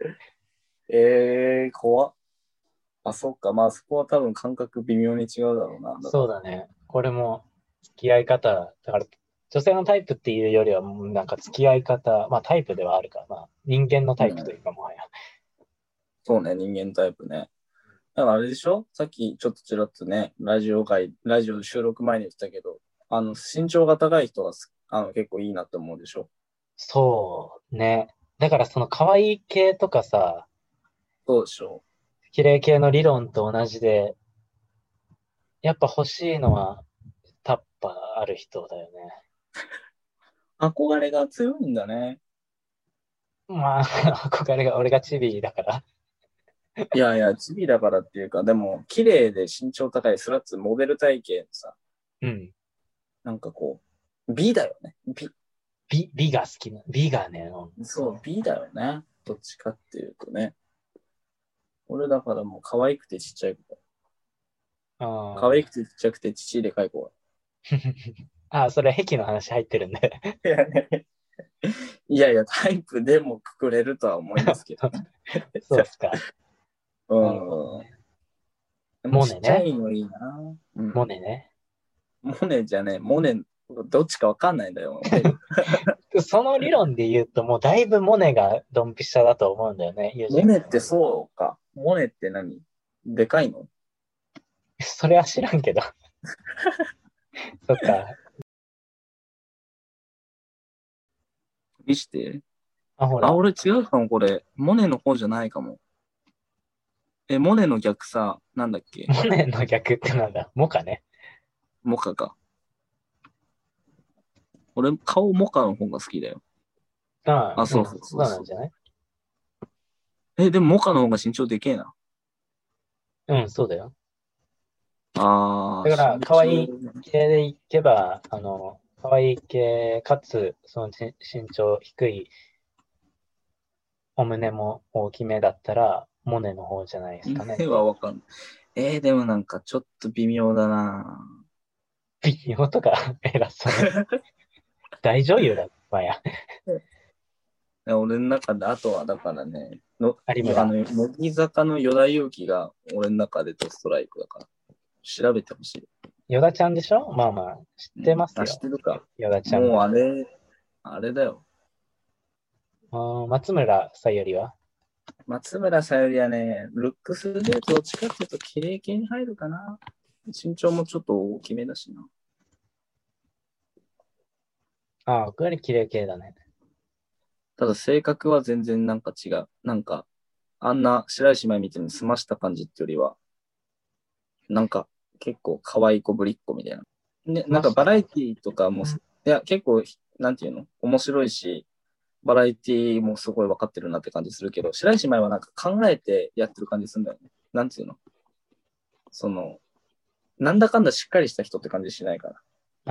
ええー、怖っ。あ、そっか。まあそこは多分感覚微妙に違うだろうな。だから。 そうだね。これも、付き合い方、だから、女性のタイプっていうよりは、もうなんか付き合い方、まあタイプではあるから、まあ人間のタイプといううん。 かもはや。 そうね、人間タイプね。だからあれでしょさっきちょっとちらっとね、ラジオ会、ラジオ収録前に言ってたけど、あの、身長が高い人がすあの結構いいなって思うでしょ。 そうね。だからその可愛い系とかさ、 そうでしょ。 綺麗系の理論と同じで、やっぱ欲しいのはタッパーある人だよね。 憧れが強いんだね。 まあ、憧れが、俺がチビだから。 いやいや、チビだからっていうか、でも、綺麗で身長高いスラッツモデル体型のさ、 うん。 なんかこう、美だよね。美。 美、美が好きな、美がね、ほんそう、 と。 美だよね。どっちかっていうとね。俺だからもう可愛くてちっちゃい子。可愛あくてちっちゃくて父でかい子が。 あ。あ、それ癖の話入ってるんで。 いやね。いやいや、タイプでもくくれるとは思いますけどね。 そうっすか。 うなるほどん。 ね。 でもモネね。 ちっちゃいのいいな。うん。 モネね。 モネじゃねえ、モネ、どっちかわかんないんだよ。 その理論で言うと、もうだいぶモネがドンピシャだと思うんだよね、友人君は。 モネってそうか。モネって何でかいのそれは知らんけど。そっか。 見して。 あ、ほあ、 ら。 俺違うかも、これ。モネの方じゃないかも。え、モネの逆さ、なんだっけモネの逆ってなんだ。モカね。 モカか。俺、顔モカの方が好きだよ。 ああ、 あ、 うん。 そうそうそそうそう。 うなんじゃない？ え、でもモカの方が身長でけえな。 うん、そうだよ。 あー、 だから、 身長。 可愛い系でいけば、あの、可愛い系、かつ、そのち身長低い、お胸も大きめだったら、モネの方じゃないですかねっ胸ていう。 はわかんない。えー、でもなんかちょっと微妙だな。 美容とか偉そうに。大女優だ、まや。 俺の中で、あとはだからね、の、 有村。 あの、乃木坂の与田祐希が俺の中でドストライクだから、調べてほしい。 ヨダちゃんでしょ？まあまあ、知ってうん。あ、知っますよ。 てるか。 ヨダちゃんもうも。 あれ、あれだよ。 あー松村さゆりは？ 松村さゆりはね、ルックスでどっちかっていうと、綺麗系に入るかな。身長もちょっと大きめだしな。 ああ、僕より綺麗系だね。 ただ性格は全然なんか違う。なんか、あんな白石麻衣みたいに澄ました感じってよりは、なんか結構可愛い子ぶりっ子みたいな。ね、なんかバラエティとかも、いや、結構、なんていうの面白いし、バラエティもすごい分かってるなって感じするけど、白石麻衣はなんか考えてやってる感じするんだよね。なんていうのその、なんだかんだしっかりした人って感じしないから。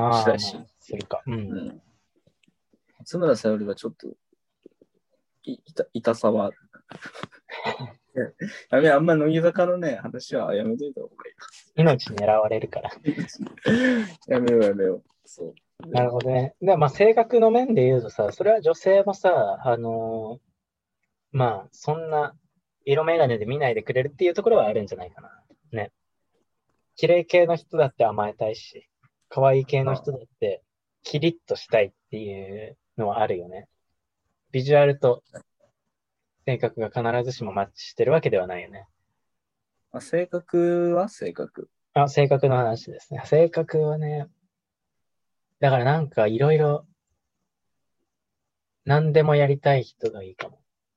ああ、 白石。 まあ、するか。うん。 うん。松村さゆりはちょっと、い、いた、痛さはやめ、あんま乃木坂のね、話はやめといた方がい命狙われるから。 い。やめようやめよう。そう。 なるほどね。で、まあ、性格の面で言うとさ、それは女性もさ、あのーまあ、そんな色眼鏡で見ないでくれるっていうところはあるんじゃないかな。ね。綺麗系の人だって甘えたいし、可愛い系の人だってキリッとしたいっていうのはあるよね。ビジュアルと性格が必ずしもマッチしてるわけではないよね。 あ、性格は性格。 あ、性格の話ですね。性格はね、だからなんかいろいろ何でもやりたい人がいいかも。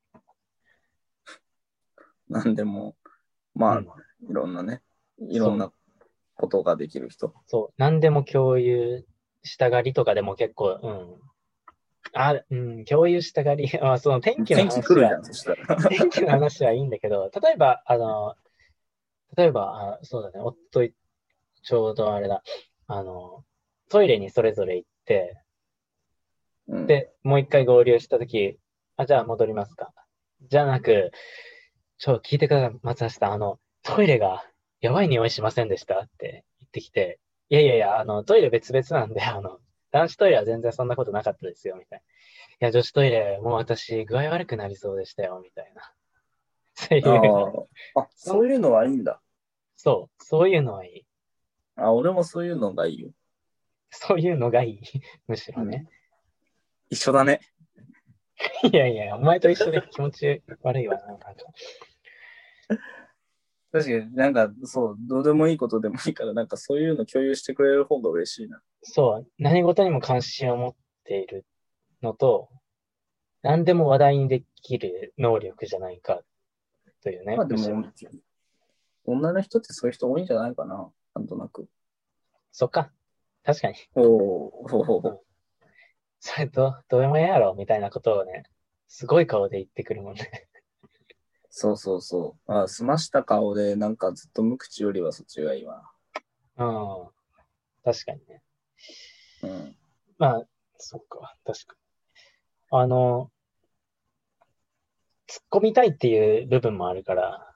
なんでも、まあ、 うん、 いろんなね、いろんなことができる人。 そう、何でも共有したがりとかでも結構、うん。あ、うん、共有したがり、まあ、その天気の天気話は、 来るじゃん、そしたら。 天気の話はいいんだけど、例えば、あの、例えば、あそうだね、おっとい、ちょうどあれだ、あの、トイレにそれぞれ行って、 うん、 で、もう一回合流したとき、あ、じゃあ戻りますか。じゃなく、ちょ、聞いてください、松橋さん、あの、トイレがやばい匂いしませんでしたって言ってきて、いやいやいや、あの、トイレ別々なんで、あの、男子トイレは全然そんなことなかったですよ、みたいな。いや、女子トイレ、もう私、具合悪くなりそうでしたよ、みたいな。そういう、 ああ、あ、そういうのはいいんだ。 そう、そういうのはいい。 あ、俺もそういうのがいいよ。 そういうのがいい。むしろうん、 ね。 一緒だね。 いやいや、お前と一緒で気持ち悪いわな、なんか。 確かになんか、そう、どうでもいいことでもいいから、なんかそういうの共有してくれる方が嬉しいな。 そう、何事にも関心を持っているのと、何でも話題にできる能力じゃないかというね、 まあでむしろ。 も、女の人ってそういう人多いんじゃないかな。なんとなく。 そっか。確かに。 おお、ほうほううん。 ほう。 それと、どうでもええやろ、みたいなことをね、すごい顔で言ってくるもんね。 そうそうそう。あ、澄ました顔で、なんかずっと無口よりはそっちがいいわ。 うん。確かにね。 うん。 まあ、そっか。確かに。あの、突っ込みたいっていう部分もあるから、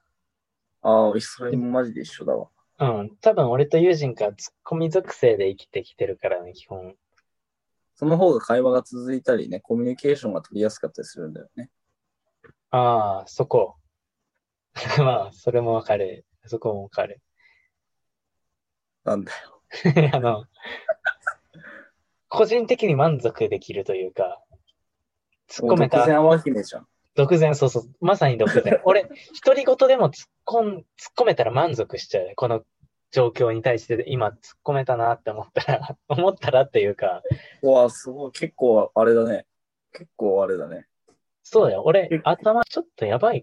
ああ、それもマジで一緒だわ。 うん。多分俺と友人が突っ込み属性で生きてきてるからね、基本。 その方が会話が続いたりね、コミュニケーションが取りやすかったりするんだよね。 ああ、そこ。まあ、それもわかる。そこもわかる。 なんだよ。 あの、個人的に満足できるというか、突っもう込めた、 独善淡姫じゃん。 独善、そうそう、まさに独善。俺、独り言でも突っ込ん、突っ込めたら満足しちゃう。この状況に対して今突っ込めたなって思ったら、思ったらっていうか、 うわ、すごい、結構あれだね。結構あれだね。 そうだよ。俺、 結頭ちょっとやばい。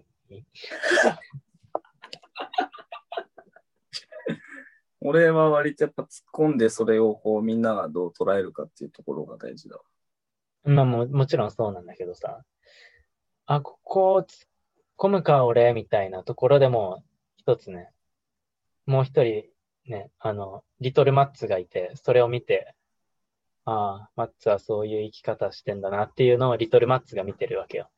俺は割とやっぱ突っ込んでそれをこうみんながどう捉えるかっていうところが大事だわ。 まあも、もちろんそうなんだけどさ、あ、ここ突っ込むか、俺、みたいなところでも、一つね、もう一人、ね、あの、リトルマッツがいて、それを見て、ああ、マッツはそういう生き方してんだなっていうのをリトルマッツが見てるわけよ。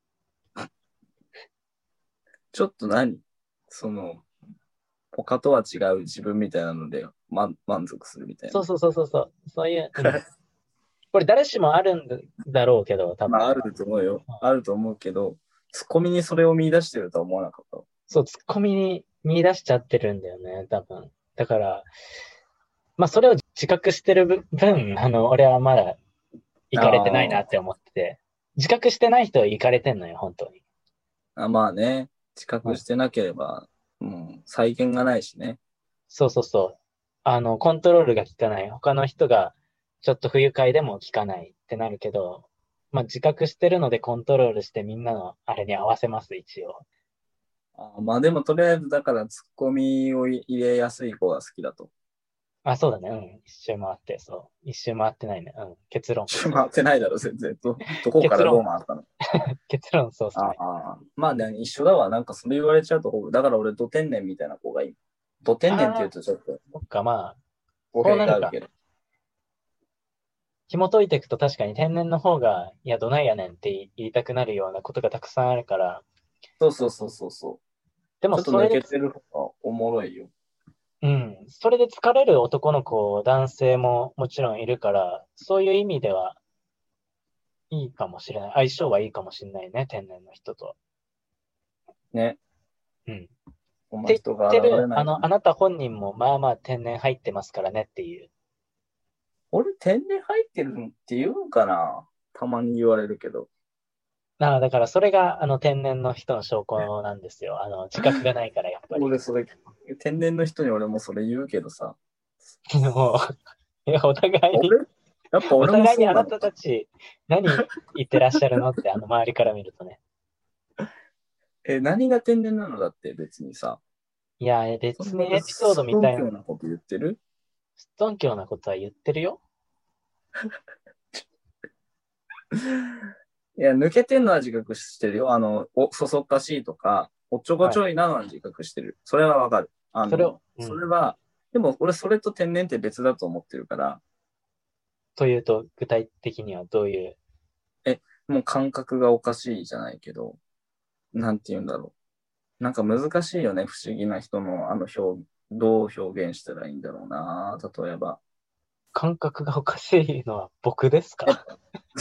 ちょっと何その、他とは違う自分みたいなので、ま、満足するみたいな。 そうそうそうそうそう、そういう、うん。これ誰しもあるんだろうけど、多分。 まあ、あると思うよ。あると思うけど、ツッコミにそれを見出してるとは思わなかったわ。 そう、ツッコミに見出しちゃってるんだよね、多分。だから、まあそれを自覚してる分、あの、俺はまだ行かれてないなあって思ってて、自覚してない人は行かれてんのよ、本当に。 あ、まあね、知うん、 覚してなければ、うん、再現がないしね。 そうそうそう。あの、コントロールが効かない。他の人がちょっと不愉快でも効かないってなるけど、まあ自覚してるのでコントロールしてみんなのあれに合わせます、一応。 あまあでもとりあえずだからツッコミを入れやすい子が好きだと。 あ、そうだね。うん。一周回って、そう。一周回ってないね。うん。結論。 回ってないだろ、全然。ど、どこからどう結論。 回ったの？ 結論、そうっすあね。 あ、まあね、一緒だわ。なんかそれ言われちゃうと、だから俺、ド天然みたいな子がいい。ド天然って言うああ、 とちょっとそっか、まあ、 語そうなるか。 弊があるけど。 紐解いていくと確かに天然の方が、いや、どないやねんって言いたくなるようなことがたくさんあるから、 そうそうそうそうそう。 でちょっともそれで、 抜けてる方がおもろいよ。 うん、それで疲れる男の子、男性ももちろんいるから、そういう意味ではいいかもしれない。相性はいいかもしれないね、天然の人と。 ね。 うん。っこんなて人が言ってる、あの、 現れないかな。 あなた本人もまあまあ天然入ってますからねっていう。 俺、天然入ってるって言うんかな。たまに言われるけど。 ああ、だからそれが、あの、天然の人の証拠なんですよ。あの、自覚がないから、やっぱり。 俺、それ、天然の人に俺もそれ言うけどさ。 もう、いや、お互いに、 俺、やっぱお俺も互いにあなそうなのか。 たたち、何言ってらっしゃるのって、あの、周りから見るとね。 え、何が天然なのだって別にさ。 いや、別そんなにエピソードみた尊いな、 敬なこと言ってる？ すっとんきょうなことは言ってるよ。 いや、抜けてんのは自覚してるよ。あの、お、そそっかしいとか、おっちょこはい。 ちょいなのは自覚してる。それはわかる。あそれを、 の、 うん。 それは、でも俺それと天然って別だと思ってるから、 というと、具体的にはどういう、 え、もう感覚がおかしいじゃないけど、なんて言うんだろう。なんか難しいよね、不思議な人のあの表、どう表現したらいいんだろうな、例えば。 感覚がおかしいのは僕ですえ、 か？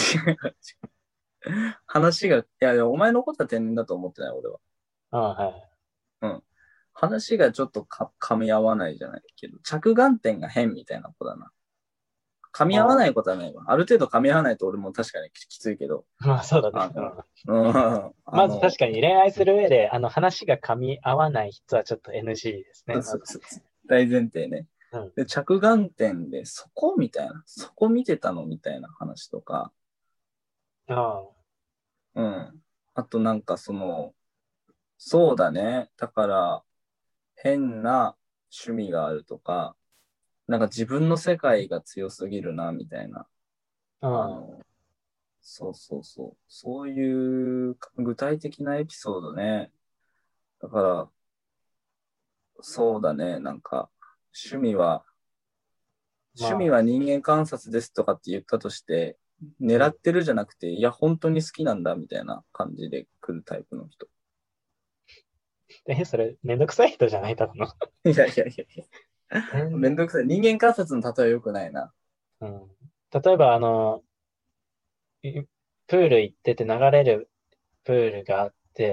話が、いやいや、お前のことは天然だと思ってない、俺は。 ああ、はい。 うん。話がちょっとか噛み合わないじゃないけど、着眼点が変みたいな子だな。噛み合わなあいことはないわ。ある程度噛み合わないと俺も確かにききついけど、 あ、まあそうだね。 あの、 うん。 うん、あの、 まず確かに恋愛する上で、あの話が噛み合わない人はちょっと エヌジー ですね、まず。 大前提ね。 うん。 で、着眼点で、そこみたいな、そこ見てたのみたいな話とか、 ああ、 うん。あとなんかその、そうだね。だから、変な趣味があるとか、なんか自分の世界が強すぎるな、みたいな。ああの、そうそうそう。そういう具体的なエピソードね。だから、そうだね。なんか、趣味は、趣味まあ、 は人間観察ですとかって言ったとして、 うん。 狙ってるじゃなくて、いや、本当に好きなんだ、みたいな感じで来るタイプの人。 え、それ、めんどくさい人じゃないただの。 いやいやいやいや。 天然。 めんどくさい。人間観察の例えは良くないな。 うん。例えば、あの、いプール行ってて流れるプールがあって、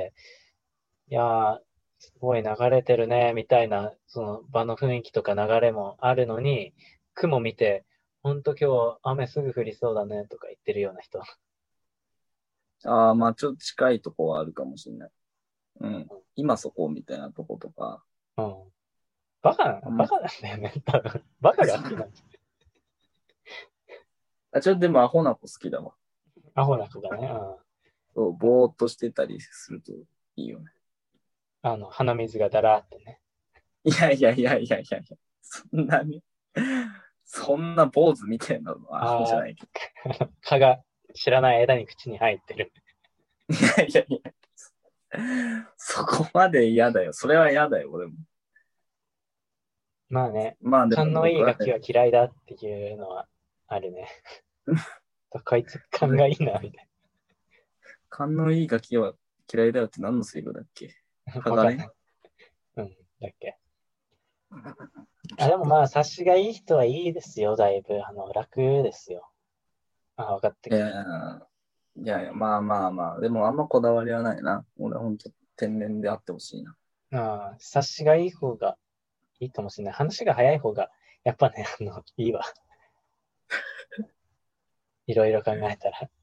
いやー、すごい流れてるね、みたいな、その場の雰囲気とか流れもあるのに、雲見て、ほんと今日雨すぐ降りそうだね、とか言ってるような人。 ああ、まあちょっと近いとこはあるかもしれない。うん。今そこみたいなとことか。 うん。バカ、 あんま、 バカなんだよね、多分。バカが好きなんだよ。 あ、ちょっとでもアホな子好きだわ。 アホな子がね、うん。 そう、ぼーっとしてたりするといいよね。 あの、鼻水がだらーってね。 いやいやいやいやいやいや、そんなに、そんな坊主みたいなのはアホじゃああ、 ないけ蚊が知らない間に口に入ってる。 ど。いやいやいや、そこまで嫌だよ。それは嫌だよ、俺も。 まあね、 まあでも勘のい僕はね、 いガキは嫌いだっていうのはあるね。こいつ勘がいいな、みたい勘のいいガキは嫌いだよって何のセリフだっけ？ な。わかんな鋼？ い。うん、だっけ。あ、でもまあ、察しがいい人はいいですよ、だいぶ。あの、楽ですよ。あ、分かっていやくる。 いやいや、まあまあまあ、でもあんまこだわりはないな。俺は本当天然であってほしいな。 ああ、察しがいい方がいいかもしれない。話が早い方が、やっぱね、あの、いいわ。いろいろ考えたら。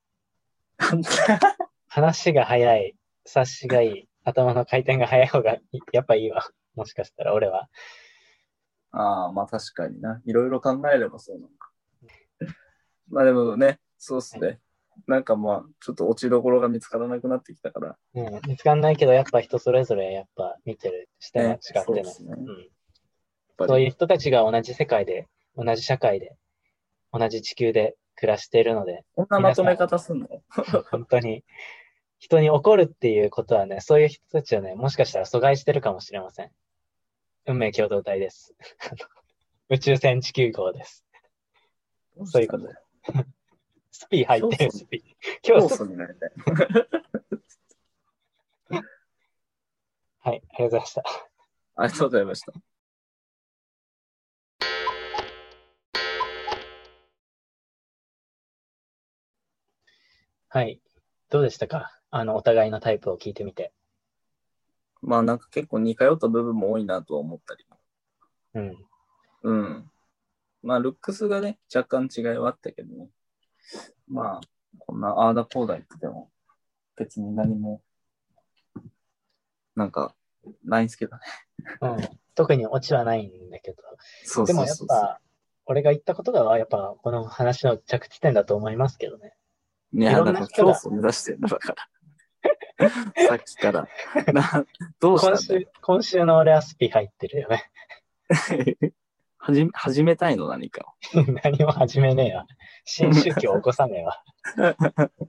話が早い、察しがいい、頭の回転が早い方がいやっぱいいわ。もしかしたら俺は。 ああ、まあ確かにな。いろいろ考えればそうなのか。まあでもね、そうっすね。なんかまあ、ちょっと落ちどころが見つからなくなってきたから。 うん、見つかんないけど、やっぱ人それぞれやっぱ見てる視点はね、 違ってね。 そうですね。やっうん。 ぱり。 そういう人たちが同じ世界で、同じ社会で、同じ地球で暮らしているので、 こんなま皆さん、 とめ方すんの？ 本当に人に怒るっていうことはね、そういう人たちをね、もしかしたら阻害してるかもしれません。運命共同体です。宇宙船地球号です。 どうそういうこと。 したんだよ。 スピー入ってる、 教祖、 スピー。今日ス、 教祖になりたい。 はい、ありがとうございました。 ありがとうございました。 はい。どうでしたか？あの、お互いのタイプを聞いてみて。 まあなんか結構似通った部分も多いなとは思ったりも。 うん。 うん。まあルックスがね、若干違いはあったけどね。まあ、こんなああだこうだ言ってても、別に何も、なんか、ないんすけどね。 うん。特にオチはないんだけど。 そうでもそうそうそやっぱ、俺が言ったことが、やっぱこの話の着地点だと思いますけどね。 う。いや、 いろんだな人が、 から競争目指してるんだから。さっきから。な、どうし今たんだよ。 週、今週の俺はスピ入ってるよね。 はじめ、始めたいの何か何も始めねえわ。新宗教起こさねえわ。 を。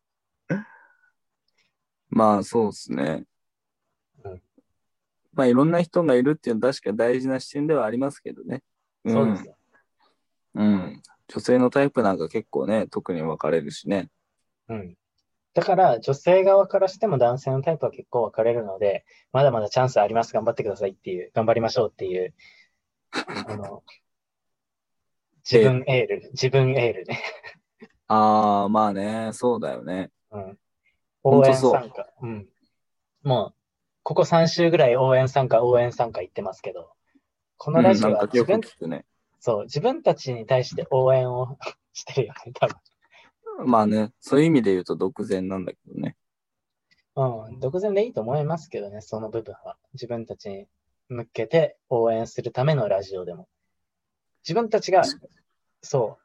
まあ、そうですね。 うん、 まあ、いろんな人がいるっていうのは確か大事な視点ではありますけどね。うん。 そうですよ。 うん。女性のタイプなんか結構ね、特に分かれるしね。 うん。だから、女性側からしても男性のタイプは結構分かれるので、まだまだチャンスあります。頑張ってくださいっていう、頑張りましょうっていう、あの、自え、 分エール、自分エールね。 ああ、まあね、そうだよね。 うん。 ほん応とそ援参加。うん。もう、ここさん週ぐらい応援参加、応援参加言ってますけど、こう。 のラうん、 ジオは自なんかよく分、 聞くね。 そう、自分たちに対して応援をしてるよね、多分。 まあね、そういう意味で言うと独善なんだけどね。 うん、独善でいいと思いますけどね、その部分は。自分たちに向けて応援するためのラジオでも。自分たちが、そう、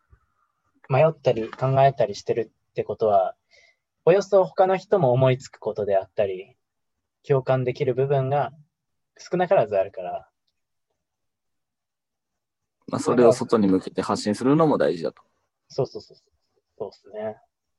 迷ったり考えたりしてるってことは、およそ他の人も思いつくことであったり、共感できる部分が少なからずあるから。 まあ、そだから、 れを外に向けて発信するのも大事だと。 そうそうそう。そうですね。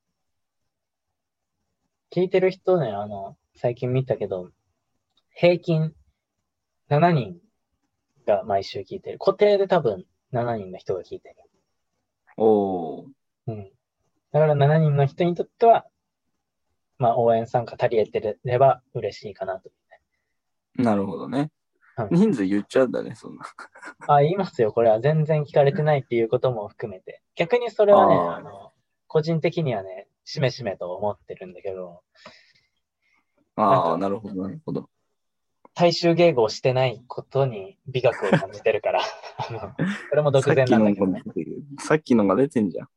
聞いてる人ね、あの、最近見たけど、平均しちにんが毎週聞いてる。固定で多分しちにんの人が聞いてる。 おー、 うん。だからしちにんの人にとっては、まあ応援参加足りてれば嬉しいかなと。 なるほどね。 うん。 人数言っちゃうんだね、そんな。 あ、言いますよ。これは全然聞かれてないっていうことも含めて。逆にそれはね、ああの、個人的にはね、しめしめと思ってるんだけど、 あ、ああ、 なんか、 なるほど、なるほど。 大衆迎合してないことに美学を感じてるから、あの、それも独善さっきのなんだけどね。 が出てる。さっきのが出てんじゃん。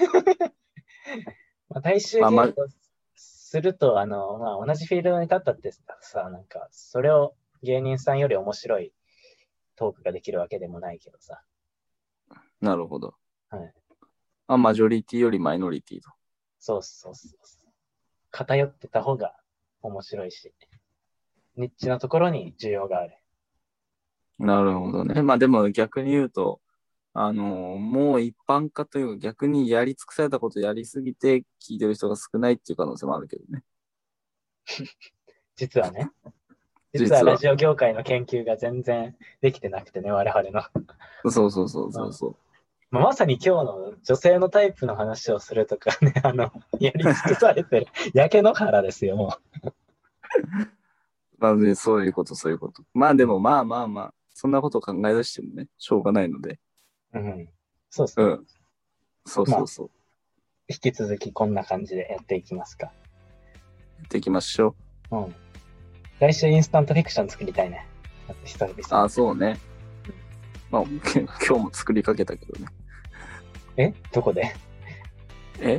まあ、大衆まあ、まあ、 迎合すると、あの、まあ、同じフィールドに立ったってさ、なんか、それを芸人さんより面白いトークができるわけでもないけどさ。 なるほど。 はい。 あ、マジョリティよりマイノリティと。 そうそうそう。偏ってた方が面白いし、ニッチなところに需要がある。 なるほどね。まあでも逆に言うと、あのーもう一般化というか逆にやり尽くされたことやりすぎて聞いてる人が少ないっていう可能性もあるけどね。 実はね。実は実は。 ラジオ業界の研究が全然できてなくてね、我々の。 そうそうそううん。 そうそう。 まあ、まさに今日の女性のタイプの話をするとかね、あの、やり尽くされてる、焼け野原ですよ、もまあね、そういうこと、そういうこと。まあでう。 もまあまあまあ、そんなことを考え出してもね、しょうがないので。 うん。うん、そうですね。 うん。そうまあ、 そうそう。 引き続きこんな感じでやっていきますか。 やっていきましょうん。来週インスタントフィクション作りたいね。久々に。 う。ああ、そうね。まあ、今日も作りかけたけどね。 えどこでえ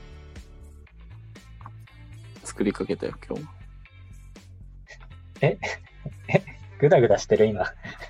作りかけたよ、今日も。 ええぐだぐだしてる今。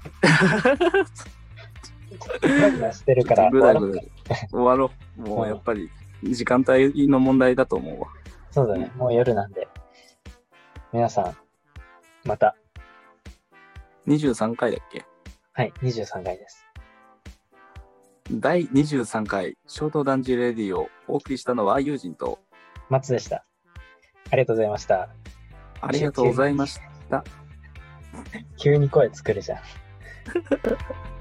ぐだぐだしてるからぐだぐだ終終わろう。もうやっぱり時間帯の問題だと思うわ。 そうだね。もう夜なんで。皆さん、また。 にじゅうさんかいだっけ？ はい、にじゅうさんかいです。 だいにじゅうさんかい、衝動男児レディをお送りしたのはユージンと、 松でした。ありがとうございました。 ありがとうございました。 急に声作るじゃん。